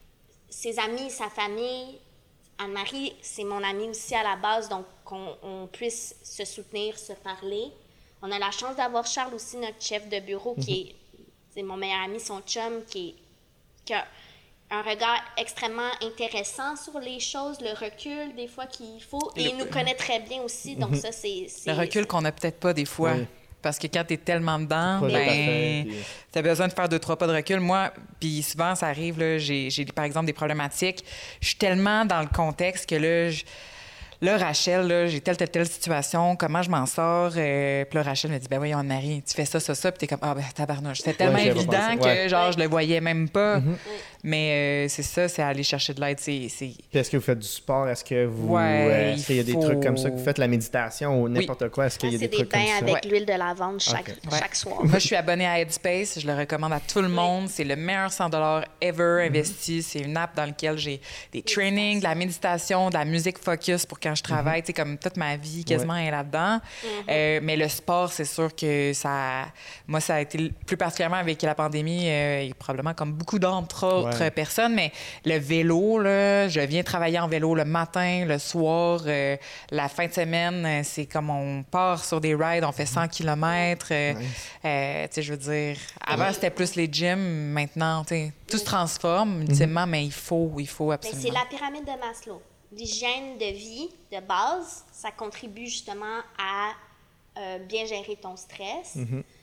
ses amis, sa famille. Anne-Marie, c'est mon amie aussi à la base, donc qu'on on puisse se soutenir, se parler. On a la chance d'avoir Charles aussi, notre chef de bureau, qui est, c'est mon meilleur ami, son chum, qui, est, qui a un regard extrêmement intéressant sur les choses, le recul des fois qu'il faut, et il nous connaît très bien aussi, donc ça, c'est... c'est Le recul qu'on n'a peut-être pas des fois. Oui. Parce que quand tu es tellement dedans, Projet parfait, ben, puis- tu as besoin de faire deux, trois pas de recul. Moi, puis souvent, ça arrive, là, j'ai, j'ai par exemple des problématiques. Je suis tellement dans le contexte que là, je- là Rachel, là, j'ai telle, telle, telle situation, comment je m'en sors? Euh, puis là, Rachel me dit, ben voyons, Marie, tu fais ça, ça, ça. Puis t'es comme, ah ben tabarnouche. C'était tellement j'y avais pas évident pensé. que, Ouais. genre, je le voyais même pas. Mm-hmm. Mais euh, c'est ça, c'est aller chercher de l'aide. C'est, c'est... Puis est-ce que vous faites du sport? Est-ce que vous. Ouais, euh, est-ce qu'il y a des il faut- trucs comme ça que vous faites, la méditation ou n'importe quoi? Est-ce qu'il y a c'est des des trucs comme bains ça? avec Ouais. l'huile de lavande chaque, Ok. Ouais. chaque soir. Moi, je suis abonnée à Headspace. Je le recommande à tout le monde. C'est le meilleur cent dollars ever investi. C'est une app dans laquelle j'ai des trainings, de la méditation, de la musique focus pour quand je travaille. Tu sais, comme toute ma vie quasiment est là-dedans. Euh, mais le sport, c'est sûr que ça... Moi, ça a été plus particulièrement avec la pandémie, euh, et probablement comme beaucoup d'autres autres Ouais. personnes, mais le vélo, là, je viens travailler en vélo le matin, le soir, euh, la fin de semaine, euh, c'est comme on part sur des rides, on fait cent kilomètres. Euh, euh, tu sais, je veux dire, avant, c'était plus les gyms. Maintenant, tu sais, tout se transforme, ultimement, mais il faut, il faut Mais absolument. c'est la pyramide de Maslow. L'hygiène de vie de base, ça contribue justement à euh, bien gérer ton stress.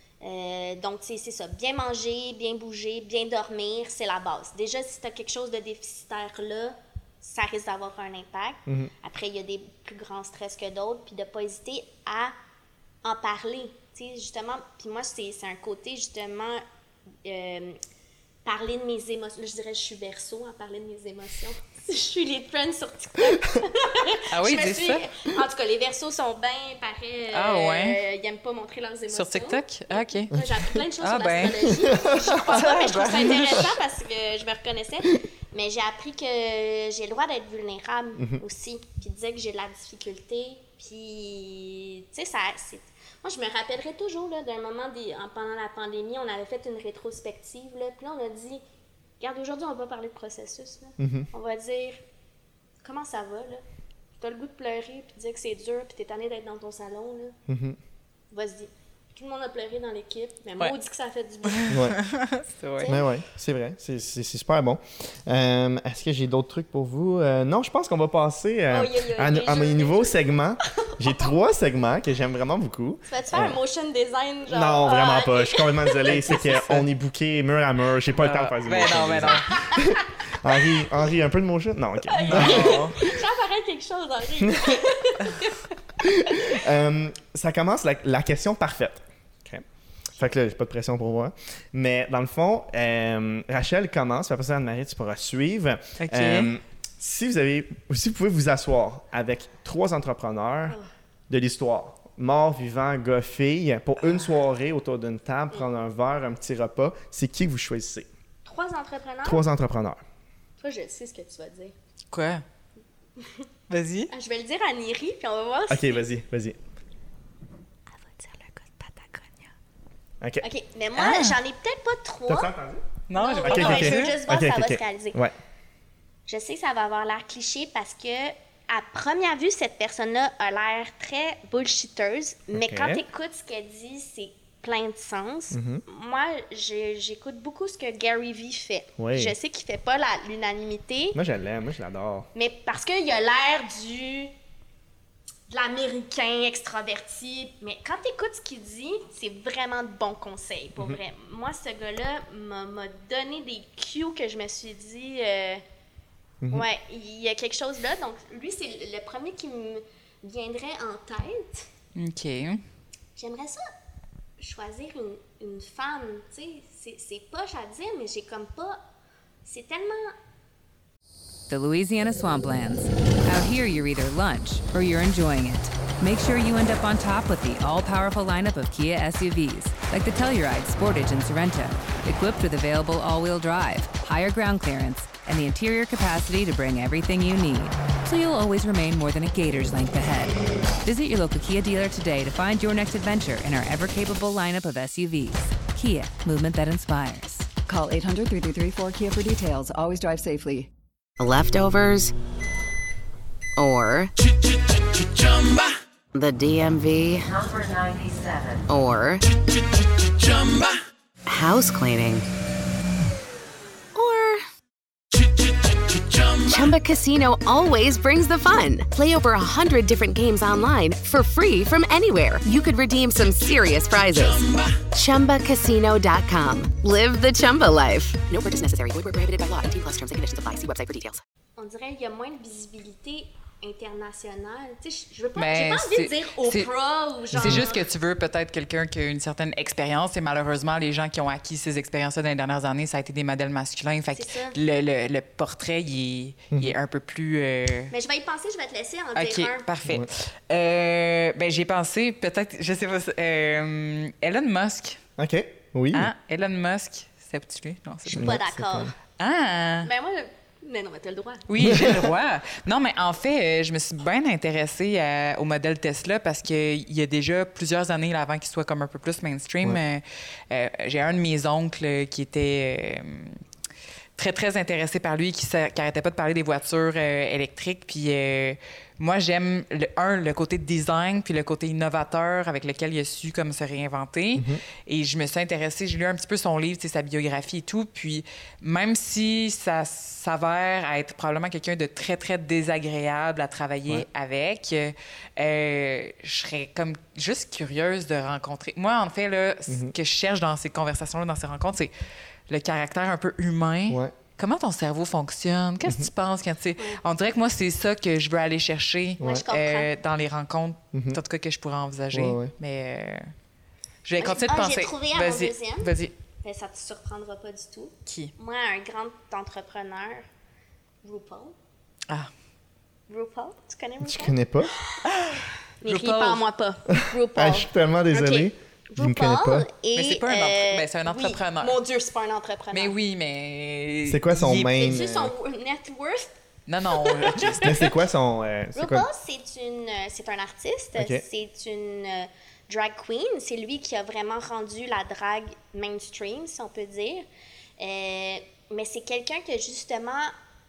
Euh, donc, tu sais, c'est ça. Bien manger, bien bouger, bien dormir, c'est la base. Déjà, si tu as quelque chose de déficitaire là, ça risque d'avoir un impact. Après, il y a des plus grands stress que d'autres, puis de ne pas hésiter à en parler. Tu sais, justement, puis moi, c'est c'est un côté, justement, euh, parler de mes émotions. Là, je dirais, je suis Verseau à parler de mes émotions. Je suis les trends sur TikTok. Ah oui, Je me dis suis- ça. En tout cas, les Verseaux sont bien pareils. Ah ouais? Ils n'aiment pas montrer leurs émotions. Sur TikTok? Ah, OK. Ouais, j'ai appris plein de choses Ah sur ben. l'astrologie. Je crois pas, mais je trouve ça intéressant parce que je me reconnaissais. Mais j'ai appris que j'ai le droit d'être vulnérable aussi. Puis il disait que j'ai de la difficulté. Puis, tu sais, ça... c'est- Moi, je me rappellerai toujours là, d'un moment des... en- pendant la pandémie, on avait fait une rétrospective. Là, puis là, on a dit, regarde, aujourd'hui, on va pas parler de processus. Là. On va dire, comment ça va, là? T'as le goût de pleurer, puis de dire que c'est dur, puis t'es tanné d'être dans ton salon, là. Vas-y. Tout le monde a pleuré dans l'équipe, mais moi, Ouais. on dit que ça fait du bien. Ouais. C'est vrai. Mais ouais, c'est vrai. C'est, c'est, c'est super bon. Euh, est-ce que j'ai d'autres trucs pour vous? Euh, non, je pense qu'on va passer euh, Oh, y a- y a- à, les à mes jeux, les nouveaux jeux. segments. J'ai trois segments que j'aime vraiment beaucoup. Tu vas-tu faire un motion design, genre? Non, vraiment ah, pas. Je suis complètement désolé. C'est qu'on est booké mur à mur. J'ai pas le temps de faire du Ben motion non, ben design. non. Henri, Henri, un peu de motion? Non, OK. Non. Ça paraît quelque chose, Henri. Euh, ça commence la, la question parfaite. OK. Fait que là, j'ai pas de pression pour moi. Mais dans le fond, euh, Rachel commence, puis après ça, Anne-Marie, tu pourras suivre. OK. Euh, si vous avez, si vous pouvez vous asseoir avec trois entrepreneurs de l'histoire, mort, vivant, gars, fille, pour une soirée autour d'une table, prendre un verre, un petit repas, c'est qui que vous choisissez? Trois entrepreneurs? Trois entrepreneurs. Toi, je sais ce que tu vas dire. Quoi? Vas-y. Ah, je vais le dire à Niri, puis on va voir OK, si... vas-y, vas-y. Elle va dire le gars de Patagonia. OK. OK, mais moi, Ah. j'en ai peut-être pas trois. T'as entendu? Non, j'ai pas OK, non, OK, mais je veux OK. juste voir OK, si ça OK, va se OK. réaliser. Ouais. Je sais que ça va avoir l'air cliché parce que, à première vue, cette personne-là a l'air très bullshitteuse, mais OK. quand tu écoutes ce qu'elle dit, c'est plein de sens. Mm-hmm. Moi, j'ai- j'écoute beaucoup ce que Gary Vee fait. Oui. Je sais qu'il fait pas la- l'unanimité, Moi, je l'aime, moi, je l'adore. mais parce qu'il a l'air du de l'américain extraverti. Mais quand tu écoutes ce qu'il dit, c'est vraiment de bons conseils, pour vrai. Moi, ce gars-là m'a m'a donné des cues que je me suis dit... euh, ouais, il y a quelque chose là. Donc, lui, c'est le le premier qui me viendrait en tête. OK. J'aimerais ça choisir une, une femme, tu sais. C'est- C'est poche à dire, mais j'ai comme pas... C'est tellement... The Louisiana Swamplands. Out here, you're either lunch or you're enjoying it. Make sure you end up on top with the all-powerful lineup of Kia S U Vs, like the Telluride, Sportage, and Sorento, equipped with available all-wheel drive, higher ground clearance, and the interior capacity to bring everything you need, so you'll always remain more than a gator's length ahead. Visit your local Kia dealer today to find your next adventure in our ever-capable lineup of S U Vs. Kia, movement that inspires. Call eight hundred, three three three, four Kia for details. Always drive safely. Leftovers or the D M V Number ninety-seven. or house cleaning or Chumba Casino always brings the fun. Play over a hundred different games online for free from anywhere. You could redeem some serious prizes. Chumba Casino dot com. Live the Chumba life. No purchase necessary. Void where prohibited by law. eighteen plus terms and conditions apply. See website for details. On dirait qu'il y a moins de visibilité internationale. Tu sais, je veux pas, Mais j'ai pas envie de c'est- dire c'est- Oprah ou genre... C'est juste que tu veux peut-être quelqu'un qui a une certaine expérience et malheureusement, les gens qui ont acquis ces expériences-là dans les dernières années, ça a été des modèles masculins. Fait que C'est ça. le, le, le portrait, il est, il est un peu plus... euh, Mais je vais y penser, je vais te laisser en OK, dire un. parfait. Euh, ben, j'ai pensé, peut-être, je sais pas, euh, Elon Musk. OK, oui. Hein? Elon Musk, c'est lui? Non, c'est Je suis pas pas d'accord. Ah! Ben moi, mais non, mais t'as le droit. Oui, j'ai le droit. Non, mais en fait, euh, je me suis bien intéressée à- au modèle Tesla parce qu'il y a déjà plusieurs années là, avant qu'il soit comme un peu plus mainstream. Ouais. euh, euh, j'ai un de mes oncles qui était euh, très, très intéressé par lui, qui n'arrêtait pas de parler des voitures euh, électriques. Puis euh, moi, j'aime, le, un, le côté design, puis le côté innovateur avec lequel il a su comme se réinventer. Mm-hmm. Et je me suis intéressée, j'ai lu un petit peu son livre, tu sais, sa biographie et tout. Puis même si ça s'avère être probablement quelqu'un de très, très désagréable à travailler Ouais. avec, euh, euh, je serais comme juste curieuse de rencontrer. Moi, en fait, là, ce Mm-hmm. que je cherche dans ces conversations-là, dans ces rencontres, c'est le caractère un peu humain. Ouais. Comment ton cerveau fonctionne? Qu'est-ce que tu penses quand tu sais? On dirait que moi, c'est ça que je veux aller chercher Ouais, je comprends. euh, dans les rencontres, Mhm. en tout cas que je pourrais envisager. Ouais, ouais. Mais euh, je vais Ah, continuer de j'ai penser. trouvé à mon Vas-y, deuxième. vas-y. Ben, ça te surprendra pas du tout. Qui? Moi, un grand entrepreneur, RuPaul. Ah. RuPaul, tu connais RuPaul? Je connais pas. Mais RuPaul. parle-moi pas. RuPaul. Ah, je suis tellement désolé. OK. Je ne connais RuPaul pas. et, Mais c'est pas un entre- ben, c'est un oui. entrepreneur. Mon Dieu, c'est pas un entrepreneur. Mais oui, mais. C'est quoi son il est- main? C'est-tu euh, son net worth? Non, non. ok. Mais c'est quoi son. euh, c'est RuPaul, quoi? c'est une, euh, c'est un artiste, OK. c'est une euh, drag queen. C'est lui qui a vraiment rendu la drague mainstream, si on peut dire. Euh, mais c'est quelqu'un qui a justement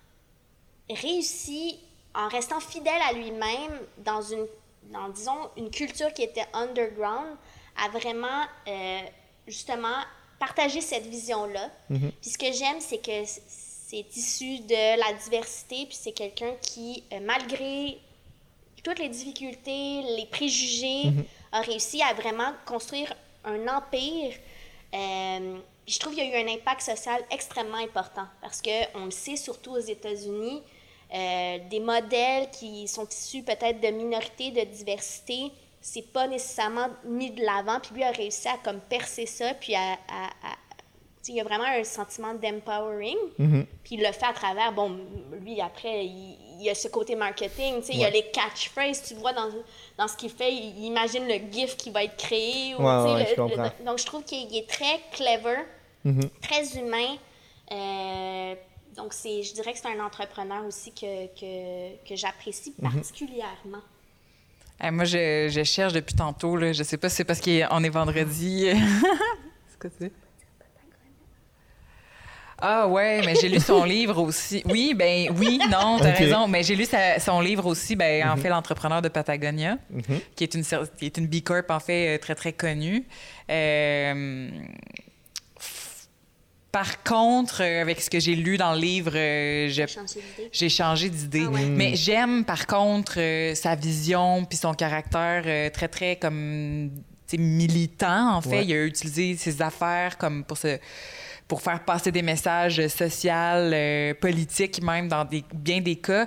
réussi, en restant fidèle à lui-même, dans une, dans, disons, une culture qui était underground, à vraiment, euh, justement, partager cette vision-là. Mhm. Puis ce que j'aime, c'est que c'est issu de la diversité, puis c'est quelqu'un qui, euh, malgré toutes les difficultés, les préjugés, Mhm. a réussi à vraiment construire un empire. Euh, puis je trouve qu'il y a eu un impact social extrêmement important parce qu'on le sait, surtout aux États-Unis, euh, des modèles qui sont issus peut-être de minorités, de diversité, c'est pas nécessairement mis de l'avant. Puis lui a réussi à comme percer ça, puis à, à, à il y a vraiment un sentiment d'empowering. Mm-hmm. Puis il le fait à travers, bon, lui, après, il, il y a ce côté marketing, tu sais, ouais. il y a les catchphrases, tu vois, dans, dans ce qu'il fait, il imagine le gif qui va être créé. Ou, ouais, ouais, le, je comprends. Le, donc, je trouve qu'il est très clever, mm-hmm. très humain. Euh, donc, c'est, je dirais que c'est un entrepreneur aussi que, que, que j'apprécie mm-hmm. particulièrement. Hey, moi, je, je cherche depuis tantôt, là. Je sais pas si c'est parce qu'on est vendredi. C'est quoi c'est? Ah ouais, mais j'ai lu son livre aussi. Oui, ben oui, non, t'as okay. raison. Mais j'ai lu sa, son livre aussi, ben mm-hmm. en fait, L'entrepreneur de Patagonia, mm-hmm. qui est une qui est une B Corp en fait très très connue. Euh, Par contre, avec ce que j'ai lu dans le livre, je, j'ai changé d'idée. Ah ouais. Mais j'aime, par contre, sa vision puis son caractère très, très comme militant, en fait. Ouais. Il a utilisé ses affaires comme pour se... pour faire passer des messages sociaux, euh, politiques même, dans des, bien des cas.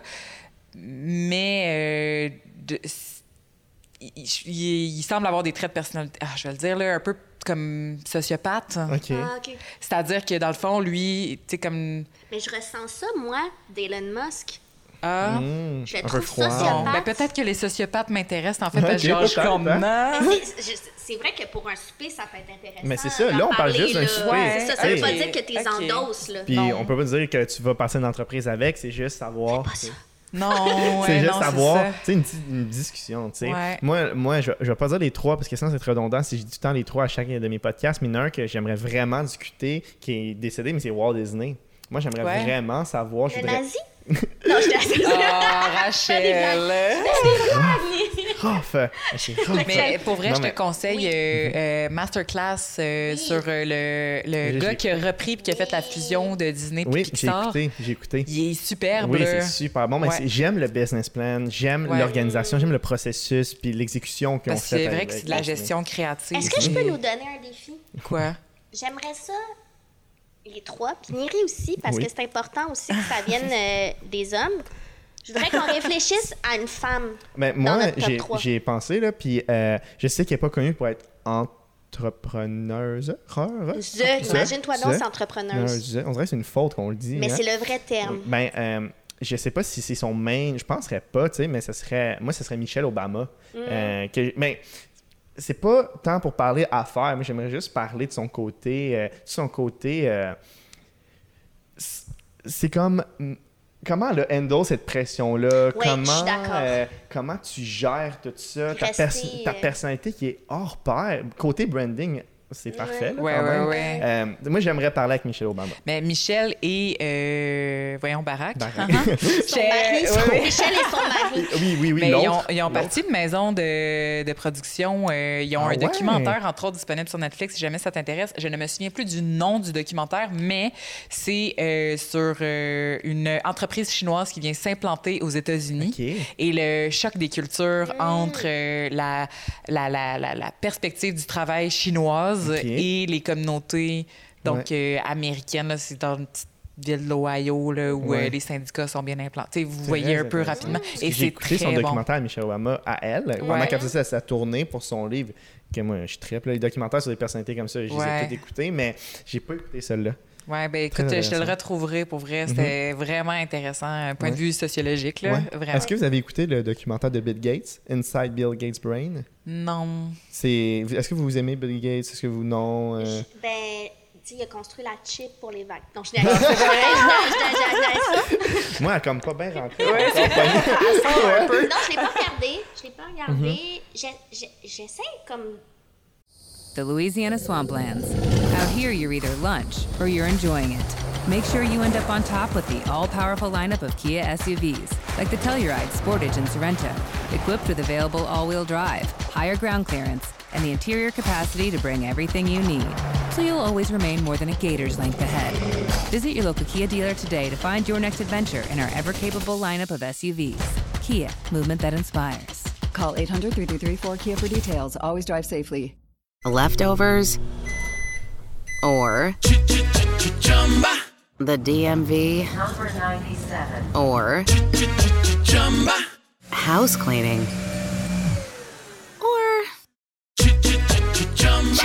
Mais euh, de, il, il, il semble avoir des traits de personnalité, ah, je vais le dire, là, un peu comme sociopathe. Okay. Ah, OK. C'est-à-dire que, dans le fond, lui, tu sais, comme... Mais je ressens ça, moi, d'Elon Musk. Ah, mmh, je le trouve sociopathe. Ben, peut-être que les sociopathes m'intéressent, en fait, parce que genre, je comment... C'est, c'est vrai que pour un souper, ça peut être intéressant. Mais c'est ça, là, on parle juste d'un souper. Ouais, c'est ça, ça hey. veut pas dire que tu les okay. endosses, là. Puis non. on peut pas dire que tu vas passer une entreprise avec, c'est juste savoir... C'est pas ça. Non, ouais, c'est juste non, savoir, tu sais, une, une discussion, tu sais. Ouais. Moi, moi je, je vais pas dire les trois parce que sinon c'est trop redondant si je dis tout le temps les trois à chacun de mes podcasts, mais il y en a un que j'aimerais vraiment discuter qui est décédé, mais c'est Walt Disney. Moi, j'aimerais ouais. vraiment savoir... Le je voudrais... nazi? Non, je t'assure. Ah, Rachel! Rough! Mais pour vrai, non, je te mais... conseille oui. euh, euh, Masterclass euh, oui. sur euh, le, le oui, gars j'ai... qui a repris et qui a fait la fusion de Disney et oui, Pixar. Oui, j'ai écouté, j'ai écouté. Il est superbe. Oui, c'est super bon. Mais ouais. c'est, j'aime le business plan, j'aime ouais. l'organisation, j'aime le processus puis l'exécution qu'ils ont fait. C'est vrai que c'est de la gestion créative. Est-ce que je peux nous donner un défi? Quoi? J'aimerais ça... les trois, puis Niri aussi, parce oui. que c'est important aussi que ça vienne euh, des hommes. Je voudrais qu'on réfléchisse à une femme. Mais moi, dans j'ai, j'ai pensé, là, puis euh, je sais qu'elle n'est pas connue pour être entrepreneuse. The, imagine-toi donc, c'est entrepreneuse. On dirait que c'est une faute qu'on le dit. Mais hein? c'est le vrai terme. Ben, euh, je sais pas si c'est son main, je penserais pas, tu sais, mais ça serait, moi, ça serait Michelle Obama. Mm. Euh, que, mais c'est pas tant pour parler affaires, mais j'aimerais juste parler de son côté, euh, de son côté, euh, c'est comme, comment elle handle cette pression-là, oui, comment, euh, comment tu gères tout ça, ta, pers- ta personnalité qui est hors pair, côté branding. C'est parfait. Là, ouais, quand même. ouais, ouais. Euh, moi, j'aimerais parler avec Michelle Obama. Mais Michelle et, euh, voyons, Barack. Barack. Uh-huh. Son mari. Son... Oui. Michelle et son mari. Oui, oui, oui. Mais l'autre, ils ont, ils ont l'autre. parti de maison de, de production. Euh, ils ont ah, un ouais. documentaire, entre autres, disponible sur Netflix, si jamais ça t'intéresse. Je ne me souviens plus du nom du documentaire, mais c'est euh, sur euh, une entreprise chinoise qui vient s'implanter aux États-Unis. Okay. Et le choc des cultures mmh. entre euh, la, la, la, la, la perspective du travail chinoise okay. et les communautés donc, ouais. euh, américaines. Là, c'est dans une petite ville de l'Ohio là, où ouais. euh, les syndicats sont bien implantés. Vous c'est voyez un peu rapidement. Et c'est j'ai écouté très son bon. documentaire à Michelle Obama à elle, ouais. pendant qu'elle faisait sa tournée pour son livre. Que moi, je triple les documentaires sur des personnalités comme ça. Je ouais. les ai tous écoutés, mais j'ai pas écouté celle-là. Oui, bien écoute, je te le retrouverai pour vrai. C'était mm-hmm. vraiment intéressant, un point ouais. de vue sociologique. Là, ouais. vraiment. Est-ce que vous avez écouté le documentaire de Bill Gates, Inside Bill Gates' Brain? Non. C'est... Est-ce que vous aimez Bill Gates? Est-ce que vous... Non? Euh... Je, ben, tu sais, il a construit la chip pour les vagues. Donc, je n'ai ça. Moi, elle comme pas bien rentrée. Ouais, c'est pas... un peu. Non, je l'ai pas regardé. Je l'ai pas regardé. Mm-hmm. J'ai, j'ai, j'essaie comme... The Louisiana Swamplands. Out here, you're either lunch or you're enjoying it. Make sure you end up on top with the all-powerful lineup of Kia S U Vs, like the Telluride, Sportage, and Sorento, equipped with available all-wheel drive, higher ground clearance, and the interior capacity to bring everything you need, so you'll always remain more than a gator's length ahead. Visit your local Kia dealer today to find your next adventure in our ever-capable lineup of S U Vs. Kia, movement that inspires. Call eight hundred, three three three, four Kia for details. Always drive safely. Leftovers or the D M V Number ninety-seven or house cleaning or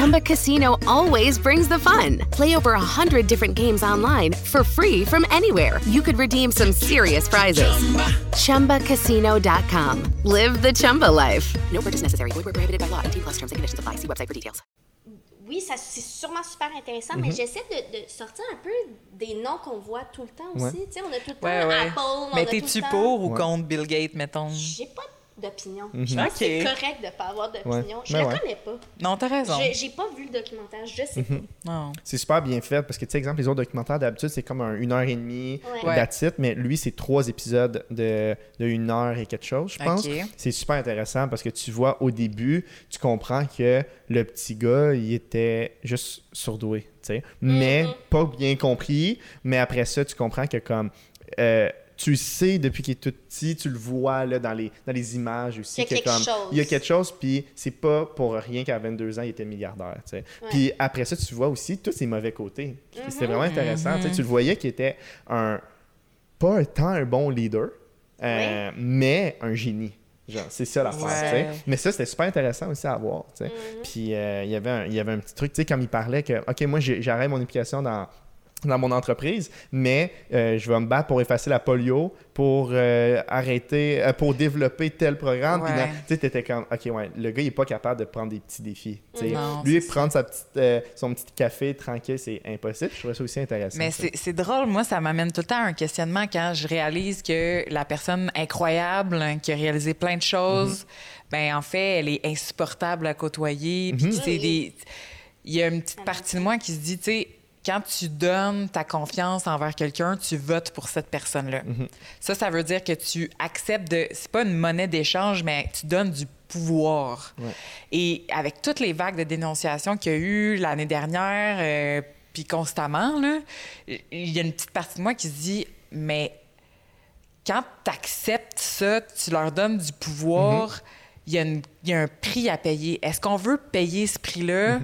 Chumba Casino always brings the fun. Play over one hundred different games online for free from anywhere. You could redeem some serious prizes. Chumba Casino dot com. Live the Chumba life. No purchase necessary. Void where prohibited by law. eighteen plus terms and conditions apply. See website for details. Oui, ça, c'est sûrement super intéressant, Mm-hmm. mais j'essaie de, de sortir un peu des noms qu'on voit tout le temps aussi. Ouais. Tu sais, on a tout le temps Ouais, ouais. Apple, on Mais a tout le t'es-tu temps... pour ou Ouais. contre Bill Gates, mettons? J'ai pas d'opinion. Mhm. Je pense que c'est Ok. correct de pas avoir d'opinion. Ouais. Je Ben le ouais. connais pas. Non, t'as raison. Je- J'ai pas vu le documentaire, je sais pas. Non. C'est super bien fait parce que, tu sais, exemple, les autres documentaires, d'habitude, c'est comme un, une heure et demie, Ouais. that's it, mais lui, c'est trois épisodes de, de une heure et quelque chose, je pense. Ok. C'est super intéressant parce que tu vois au début, tu comprends que le petit gars, il était juste surdoué, tu sais, mais Mhm. pas bien compris. Mais après ça, tu comprends que comme... euh, tu sais, depuis qu'il est tout petit, tu le vois là, dans, les, dans les images aussi. Il y a que, quelque comme, chose. Il y a quelque chose, puis c'est pas pour rien qu'à vingt-deux ans, il était milliardaire. Tu sais. Ouais. Puis après ça, tu vois aussi tous ses mauvais côtés. Mhm. C'était vraiment intéressant. Mhm. Tu sais, tu le voyais qu'il était un pas un tant un bon leader, euh, mais un génie. Genre, c'est ça l'affaire. Ouais. tu sais. Mais ça, c'était super intéressant aussi à voir. tu sais. Mhm. Puis euh, il y avait un- il y avait un petit truc, tu sais, comme il parlait que, OK, moi, j'ai- j'arrête mon implication dans dans mon entreprise, mais euh, je vais me battre pour effacer la polio, pour euh, arrêter, euh, pour développer tel programme. Puis Ouais. dans- tu sais, t'étais comme, OK, ouais, le gars, il est pas capable de prendre des petits défis. tu sais. Non, Lui, c'est prendre sa petite, euh, son petit café tranquille, c'est impossible. Je trouvais ça aussi intéressant. Mais ça. c'est c'est drôle, moi, ça m'amène tout le temps à un questionnement quand je réalise que la personne incroyable hein, qui a réalisé plein de choses, ben en fait, elle est insupportable à côtoyer. Puis Mhm. c'est des... Il y a une petite partie de moi qui se dit, tu sais, quand tu donnes ta confiance envers quelqu'un, tu votes pour cette personne-là. Mhm. Ça, ça veut dire que tu acceptes de... C'est pas une monnaie d'échange, mais tu donnes du pouvoir. Ouais. Et avec toutes les vagues de dénonciation qu'il y a eu l'année dernière, euh, puis constamment, là, il y a une petite partie de moi qui se dit, mais quand tu acceptes ça, tu leur donnes du pouvoir, il y a une- il y a un prix à payer. Est-ce qu'on veut payer ce prix-là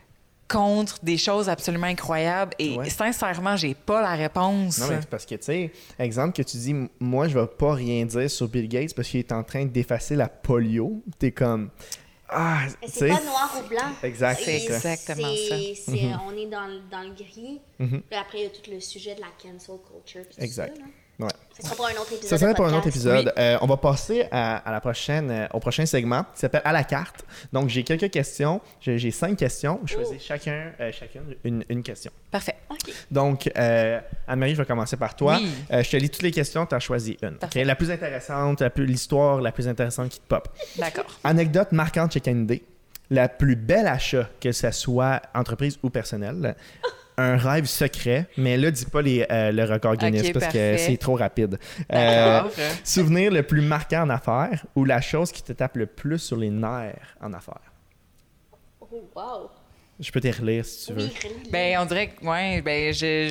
contre des choses absolument incroyables? Et Ouais. sincèrement, j'ai pas la réponse. Non, mais c'est parce que, tu sais, exemple que tu dis, m- moi, je vais pas rien dire sur Bill Gates parce qu'il est en train d'effacer la polio. T'es comme, ah, Mais tu c'est sais. pas noir ou blanc. Exact, C'est- c'est ça. Exactement c'est- ça. c'est- Mhm. On est dans, le- dans le gris. Mhm. Puis après, il y a tout le sujet de la cancel culture. puis tout Exact. ça, là. Ouais. Ça sera pour un autre épisode. Ça serait de pour un autre podcast. épisode. Euh, on va passer à, à la prochaine, euh, au prochain segment qui s'appelle À la carte. Donc, j'ai quelques questions. J'ai, j'ai cinq questions. Je choisis Oh. chacun, euh, chacune une, une question. Parfait. OK. Donc, euh, Anne-Marie, je vais commencer par toi. Oui. Euh, je te lis toutes les questions, tu as choisi une. Parfait. OK? La plus intéressante, la plus, l'histoire la plus intéressante qui te pop. D'accord. Anecdote marquante chez Kennedy. La plus belle achat, que ce soit entreprise ou personnel. Un rêve secret, mais là, dis pas les, euh, le record Guinness Ok, parce parfait. que c'est trop rapide. Euh, D'accord. souvenir le plus marquant en affaires ou la chose qui te tape le plus sur les nerfs en affaires? Oh, wow. Je peux te relire si tu veux. Oui, relis-le. Ben, on dirait que, ouais, ben, je,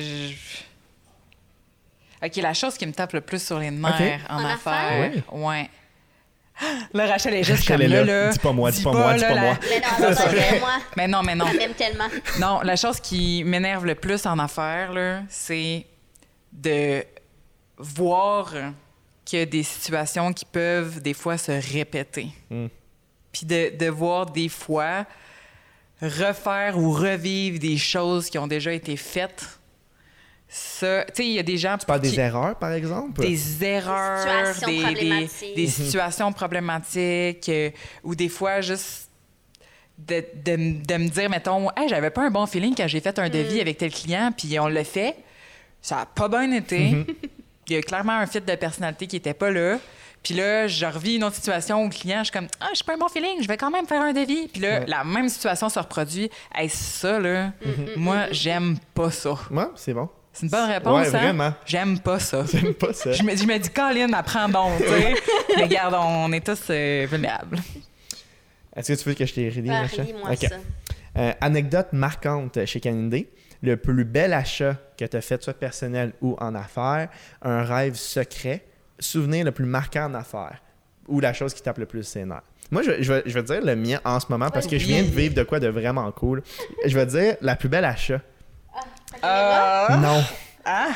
je- OK, la chose qui me tape le plus sur les nerfs en, En affaires, affaires? ouais. Là, Rachel est juste Rachel comme est là, là. là. Dis pas moi, dis pas moi, dis là, pas la- moi. Mais non, c'est pas vrai, moi. Mais non, mais non. Je m'aime tellement. Non, la chose qui m'énerve le plus en affaires, là, c'est de voir qu'il y a des situations qui peuvent des fois se répéter. Mm. Puis de, de voir des fois refaire ou revivre des choses qui ont déjà été faites. Ça, tu sais, il y a des gens... Tu parles des qui- erreurs, par exemple? des erreurs, situations des, des, problématiques. des Mhm. situations problématiques, euh, ou des fois juste de, de, m- de me dire, mettons, hey, j'avais pas un bon feeling quand j'ai fait un devis avec tel client, puis on l'a fait, ça a pas bien été. Il y a clairement un fit de personnalité qui était pas là. Puis là, je revis une autre situation où le client, je suis comme, ah, j'ai pas un bon feeling, je vais quand même faire un devis. Puis là, Ouais. la même situation se reproduit. Hey, ça, là, moi, j'aime pas ça. Ouais, c'est bon. C'est une bonne réponse, Ouais, hein? vraiment. J'aime pas ça. J'aime pas ça. Je me, je me dis, Colin, apprends donc, tu sais. Mais regarde, on est tous euh, vulnérables. Est-ce que tu veux que je t'ai relis, Ben, Rachel? relis-moi Ok. ça. Euh, anecdote marquante chez Kennedy. Le plus bel achat que tu as fait, soit personnel ou en affaires. Un rêve secret. Souvenir le plus marquant en affaires. Ou la chose qui tape le plus ses nerfs. Moi, je, je, vais, je vais dire le mien en ce moment parce que je viens de vivre de quoi de vraiment cool. Je vais dire la plus belle achat. Euh... Non. Ah?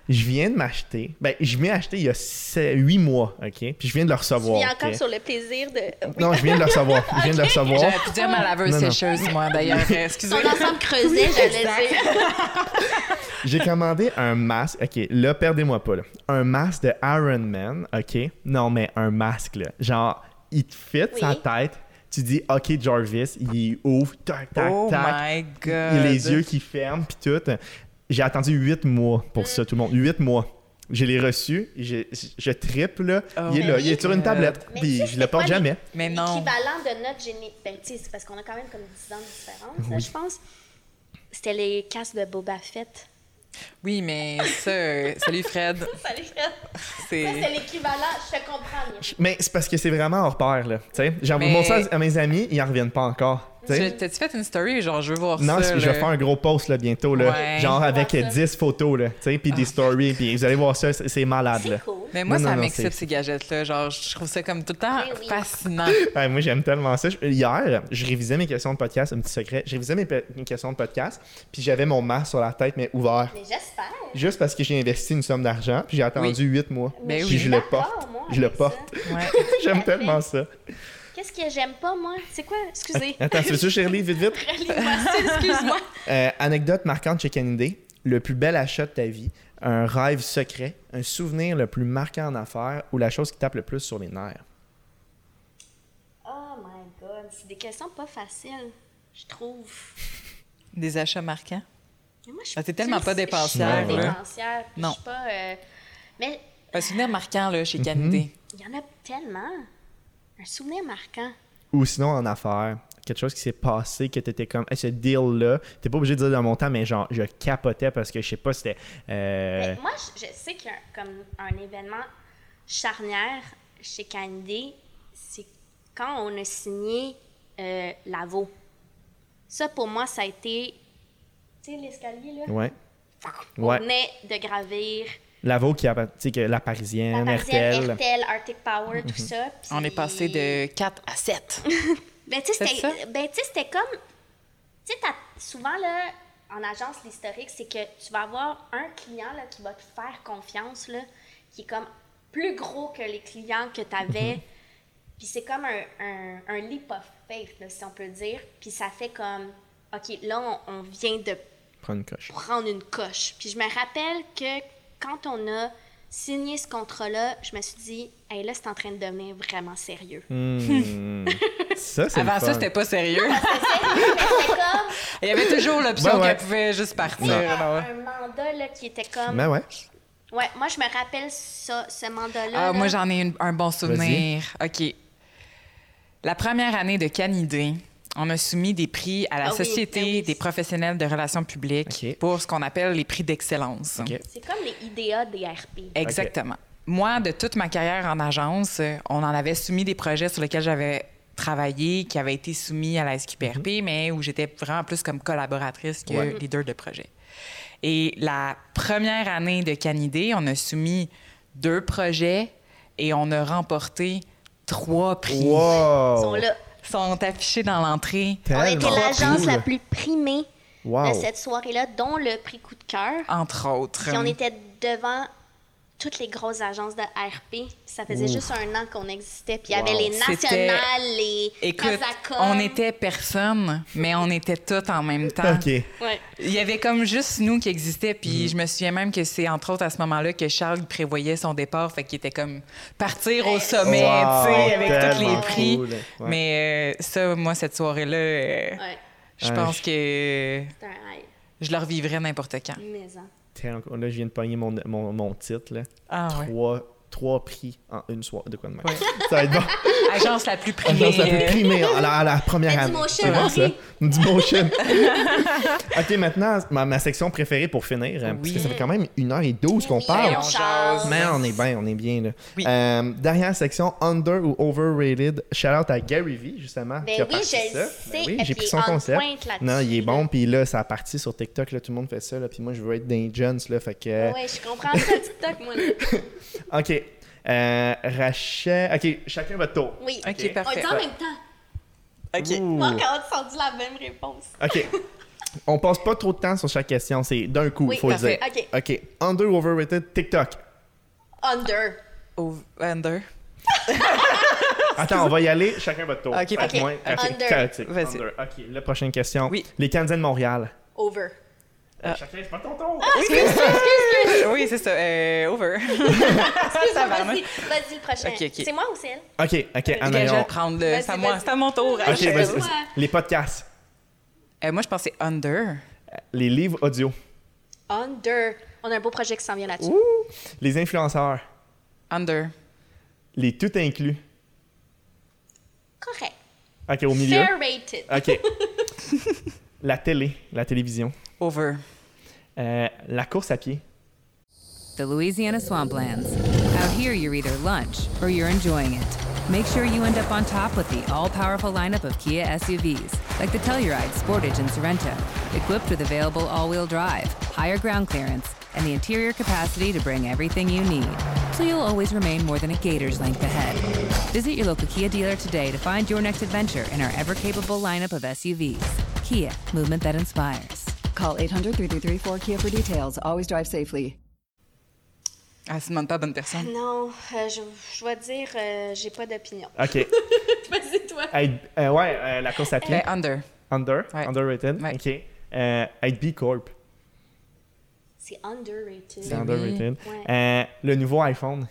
Je viens de m'acheter. Ben, je viens d'acheter il y a huit mois, OK? Puis je viens de le recevoir. Tu viens encore okay? sur le plaisir de... Non, je viens de le recevoir. Je viens de le recevoir. J'aurais pu dire ma laveuse sécheuse, moi, d'ailleurs. Excusez. Ton ensemble creusé, j'allais dire. J'ai commandé un masque. OK, là, perdez-moi pas, là. Un masque de Iron Man, OK? Non, mais un masque, là. Genre, il te fit Oui. sa tête. Tu dis, OK, Jarvis, il ouvre, tac, tac, Oh tac. my God. Il a les yeux qui ferment, puis tout. J'ai attendu huit mois pour ça, tout le monde. Huit mois. Je l'ai reçu, je, je triple, là. Oh il est là, my il est sur une God. tablette, Mais puis tu sais, je le c'est porte quoi jamais. Mais non. L'équivalent de notre génie... Ben, tu sais, c'est parce qu'on a quand même comme dix ans de différence, là, je pense. C'était les casques de Boba Fett. Oui, mais ça, euh, salut Fred. Salut Fred. C'est... Ça, c'est l'équivalent, je te comprends mieux. Mais c'est parce que c'est vraiment hors pair, là. Tu sais, j'en Mais- montre ça à mes amis, ils en reviennent pas encore. tu sais. Tu- T'as-tu fait une story? Genre, je veux voir Non, ça. je vais là. faire un gros post là, bientôt, là, Ouais. genre avec Je vois ça. dix photos, là, tu sais, puis des stories, puis vous allez voir ça, c'est c'est malade. Là. C'est cool. Mais moi, Non, ça non, non, m'excite, c'est- ces gadgets-là. Genre, je trouve ça comme tout le temps Eh oui. fascinant. Ouais, moi, j'aime tellement ça. Je- Hier, je révisais mes questions de podcast, un petit secret. Je révisais mes, pe- mes questions de podcast, puis j'avais mon masque sur la tête, mais ouvert. Mais j'espère. Juste parce que j'ai investi une somme d'argent, puis j'ai attendu huit mois. Ben puis oui. je le D'accord, porte. moi, Je le avec porte. ça. Ouais. J'aime tellement ça. Qu'est-ce que j'aime pas, moi? C'est quoi? Excusez. Attends, tu veux-tu, Shirley, vite, vite? Relis-moi ça, excuse-moi. Euh, anecdote marquante chez Canidé. Le plus bel achat de ta vie, un rêve secret, un souvenir le plus marquant en affaires ou la chose qui tape le plus sur les nerfs. Oh my God, c'est des questions pas faciles, je trouve. Des achats marquants. Mais moi, je Ah, t'es tellement tu pas sais, dépensière, Je suis pas là. dépensière. puis Non. Je suis pas... euh, Mais Un souvenir marquant, là, Mhm. chez Canidé. il y en a tellement. Un souvenir marquant. Ou sinon en affaires, quelque chose qui s'est passé, que t'étais comme, hey, ce deal-là, t'es pas obligé de dire le montant, mais genre, je capotais parce que je sais pas, c'était. euh, Mais moi, je, je sais qu'il y a un- comme un événement charnière chez Canidé, c'est quand on a signé euh, Lavo. Ça, pour moi, ça a été... Tu sais, l'escalier, là? Ouais. On Ouais. venait de gravir Lavo qui a, tu sais, que la la Parisienne, Parisienne, RTL. RTL, Arctic Power, Mhm. tout ça. puis- On est passé de quatre à sept. Ben, tu sais, C'est c'était ça? ben, tu sais, c'était comme... Tu sais, t'as- souvent, là, en agence, l'historique, c'est que tu vas avoir un client, là, qui va te faire confiance, là, qui est comme plus gros que les clients que tu avais. Mhm. Puis c'est comme un, un, un leap of faith, là, si on peut dire. Puis ça fait comme... OK, là, on, on vient de Prends une coche. prendre une coche. Puis je me rappelle que quand on a signé ce contrat-là, je me suis dit, hey, là, c'est en train de devenir vraiment sérieux. Hmm. Ça, c'est Avant le ça, fun. c'était pas sérieux. C'était comme Il y avait toujours l'option Ben ouais. qu'elle pouvait juste partir. un, là, ouais. un mandat là, qui était comme... Ben ouais. Ouais, moi, je me rappelle ça, ce mandat-là. Ah, là. moi, j'en ai une- un bon souvenir. OK. La première année de Canidé, on a soumis des prix à la Ah oui, Société ben oui. des professionnels de relations publiques OK. pour ce qu'on appelle les prix d'excellence. OK. C'est comme les I D A des R P. Exactement. Moi, de toute ma carrière en agence, euh, on en avait soumis des projets sur lesquels j'avais travaillé, qui avaient été soumis à la S Q P R P, mais où j'étais vraiment plus comme collaboratrice que Ouais. leader de projet. Et la première année de Canidé, on a soumis deux projets et on a remporté trois prix. Ils Wow! sont là. Ils sont affichés dans l'entrée. On était Tellement l'agence cool. la plus primée Wow. de cette soirée-là, dont le prix coup de cœur. Entre autres. Puis on était devant toutes les grosses agences de R P. Ça faisait Ouf. juste un an qu'on existait. Puis il y Wow. avait les C'était- nationales, les Écoute, Casacom. on était personne, mais on était toutes en même temps. OK. Ouais. Il y avait comme juste nous qui existait, puis je me souviens même que c'est entre autres à ce moment-là que Charles prévoyait son départ, fait qu'il était comme partir au sommet, Wow, tu sais, avec tous tellement les prix. cool. Ouais. Mais euh, ça, moi, cette soirée-là, euh, Ouais, je Ouais. pense que c'est un rêve. je le revivrais n'importe quand. Maison. Tellement cool. Là, je viens de pogner mon, mon, mon titre. Là. Ah ouais. trois, trois prix en une soirée. De quoi de même? Ça va être bon. Agence la plus primée. Agence la plus primée à la, à la première Fais année. du motion, C'est bon, ça? Henri. Du motion. OK, maintenant, ma, ma section préférée pour finir, hein, parce que ça fait quand même une heure et douze qu'on Oui, parle. on jase. Mais on est bien, on est bien. Là. Oui. Euh, dernière section, under ou overrated. Shout out à Gary Vee, justement. Ben qui a oui, parti je ça. le sais, Ben oui, et j'ai puis pris son on concept. pointe là-dessus, Non, il est bon. là. Puis là, ça a parti sur TikTok. Là, tout le monde fait ça. Là, puis moi, je veux être dans les jeunes. Là, fait que... Oui, je comprends ça, TikTok, moi. là. OK. Euh, Rachel. OK, chacun votre tour. Oui. OK, On parfait. dit en même temps. OK. Ouh. Moi, quand on a entendu la même réponse. OK. On passe pas trop de temps sur chaque question, c'est d'un coup, il Oui, faut le dire. parfait. OK. OK. Under ou overrated TikTok? Under. Over- Under. Attends, on va y aller chacun votre tour. OK, Faites OK. moins- Under. chaotique. Vas-y. Under. OK, la prochaine question. Oui. Les Canadiens de Montréal. Over. Chacun, c'est pas ton tour. Oui, c'est ça. Euh, oui, c'est ça. Euh, over. Excuse-moi, vas-y. Vas-y, le prochain. OK, OK. C'est moi ou c'est elle? OK, OK. Ok, Anna, je vais on- le prendre. là. Vas-y, C'est à moi. vas-y. C'est à mon tour. OK, Vas-y, vas-y. vas-y. Les podcasts. Euh, moi, je pensais under. Les livres audio. Under. On a un beau projet qui s'en vient là-dessus. Ouh. Les influenceurs. Under. Les tout inclus. Correct. OK, au milieu. Fair rated. OK. La télé, la télévision. Over. Euh, la course à pied. The Louisiana Swamplands. Out here, you're either lunch or you're enjoying it. Make sure you end up on top with the all-powerful lineup of Kia S U Vs, like the Telluride, Sportage, and Sorrento, equipped with available all-wheel drive, higher ground clearance, and the interior capacity to bring everything you need, so you'll always remain more than a gator's length ahead. Visit your local Kia dealer today to find your next adventure in our ever-capable lineup of S U Vs. Kia, movement that inspires. Call eight hundred, three two three, four Kia for details. Always drive safely. Ah, ça demande pas à bonne personne. Non, euh, je, je vais te dire, euh, j'ai pas d'opinion. OK. Vas-y, toi. Être- euh, ouais, euh, la course à pied. Euh, under. Under. Ouais. Underrated. Ouais. OK. Euh, être B Corp. C'est underrated. C'est underrated. Ouais. Euh, le nouveau iPhone.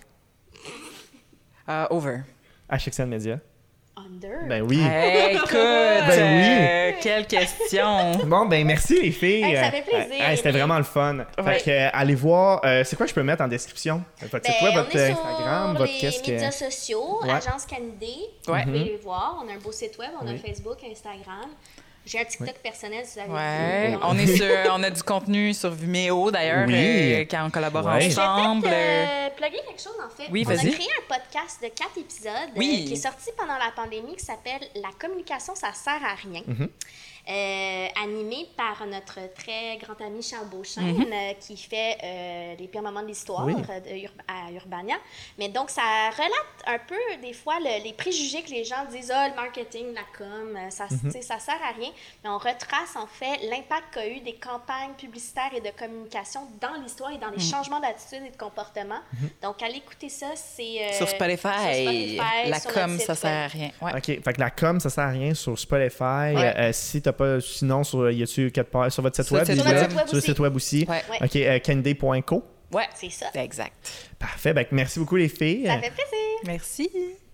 Euh, over. H X N Media. Under. Ben oui. Hey, écoute. Ben oui. euh, quelle question. Bon, ben merci les filles. Hey, ça fait plaisir, Euh, hey, C'était Rémi. vraiment le fun. Ouais. Fait que, euh, allez voir. euh, c'est quoi que je peux mettre en description? Votre Ben, site web, on votre est Instagram, sur votre les qu'est-ce que. médias sociaux, Ouais. Agence Canidé. Ouais. Vous pouvez les voir. On a un beau site web, on a Oui. Facebook, Instagram. J'ai un TikTok personnel, si vous avez Ouais, vu. on est sur, on a du contenu sur Vimeo d'ailleurs, Oui. euh, quand on collabore Ouais. Je vais ensemble. peut-être euh, plugger quelque chose, en fait. Oui, on a vas-y. créé un podcast de quatre épisodes Oui. euh, qui est sorti pendant la pandémie qui s'appelle « La communication, ça sert à rien Mhm. Euh, animé par notre très grand ami Charles Beauchesne, Mhm. euh, qui fait euh, les pires moments de l'histoire Oui. euh, de Ur- à Urbania. Mais donc, ça relate un peu, des fois, le- les préjugés que les gens disent « Ah, le marketing, la com, euh, ça, Mhm. tu sais, ça sert à rien. » Mais on retrace, en fait, l'impact qu'a eu des campagnes publicitaires et de communication dans l'histoire et dans les Mhm. changements d'attitude et de comportement. Donc, allez écouter ça. C'est euh, Sur Spotify, sur Spotify, la sur com, notre ça site sert à web. rien. Ouais. OK. Fait que la com, ça sert à rien sur Spotify. Ouais. Euh, si t'as pas. Sinon, sur, y a-tu quelque part sur votre site Sur le web? site déjà? web. Sur notre Sur le site site web aussi. Ouais. Ouais. OK. Euh, candy point co. Ouais, C'est ça. exact. Parfait. Ben, merci beaucoup, les filles. Ça fait plaisir. Merci.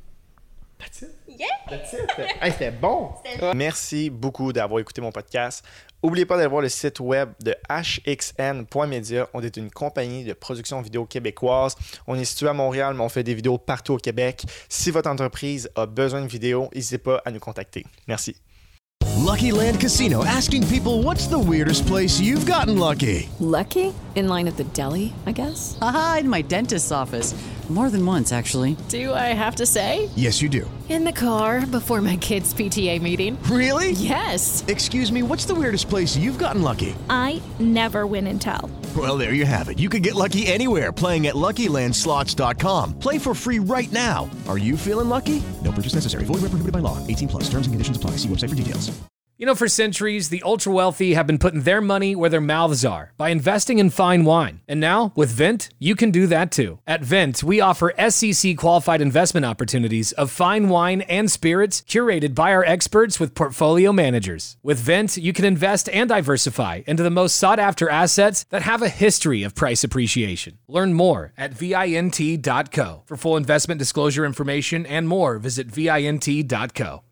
That's it. Yeah! That's it. Hey, c'était bon. C'était le Merci beaucoup d'avoir écouté mon podcast. N'oubliez pas d'aller voir le site web de H X N point media. On est une compagnie de production vidéo québécoise. On est situé à Montréal, mais on fait des vidéos partout au Québec. Si votre entreprise a besoin de vidéos, n'hésitez pas à nous contacter. Merci. Lucky Land Casino asking people, what's the weirdest place you've gotten lucky? Lucky? In line at the deli, I guess? Aha, in my dentist's office. More than once, actually. Do I have to say? Yes, you do. In the car before my kids' P T A meeting. Really? Yes. Excuse me, what's the weirdest place you've gotten lucky? I never win and tell. Well, there you have it. You can get lucky anywhere, playing at Lucky Land Slots dot com. Play for free right now. Are you feeling lucky? No purchase necessary. Void where prohibited by law. eighteen plus. Terms and conditions apply. See website for details. You know, for centuries, the ultra-wealthy have been putting their money where their mouths are by investing in fine wine. And now, with Vint, you can do that too. At Vint, we offer S E C-qualified investment opportunities of fine wine and spirits curated by our experts with portfolio managers. With Vint, you can invest and diversify into the most sought-after assets that have a history of price appreciation. Learn more at vint dot co. For full investment disclosure information and more, visit vint dot co.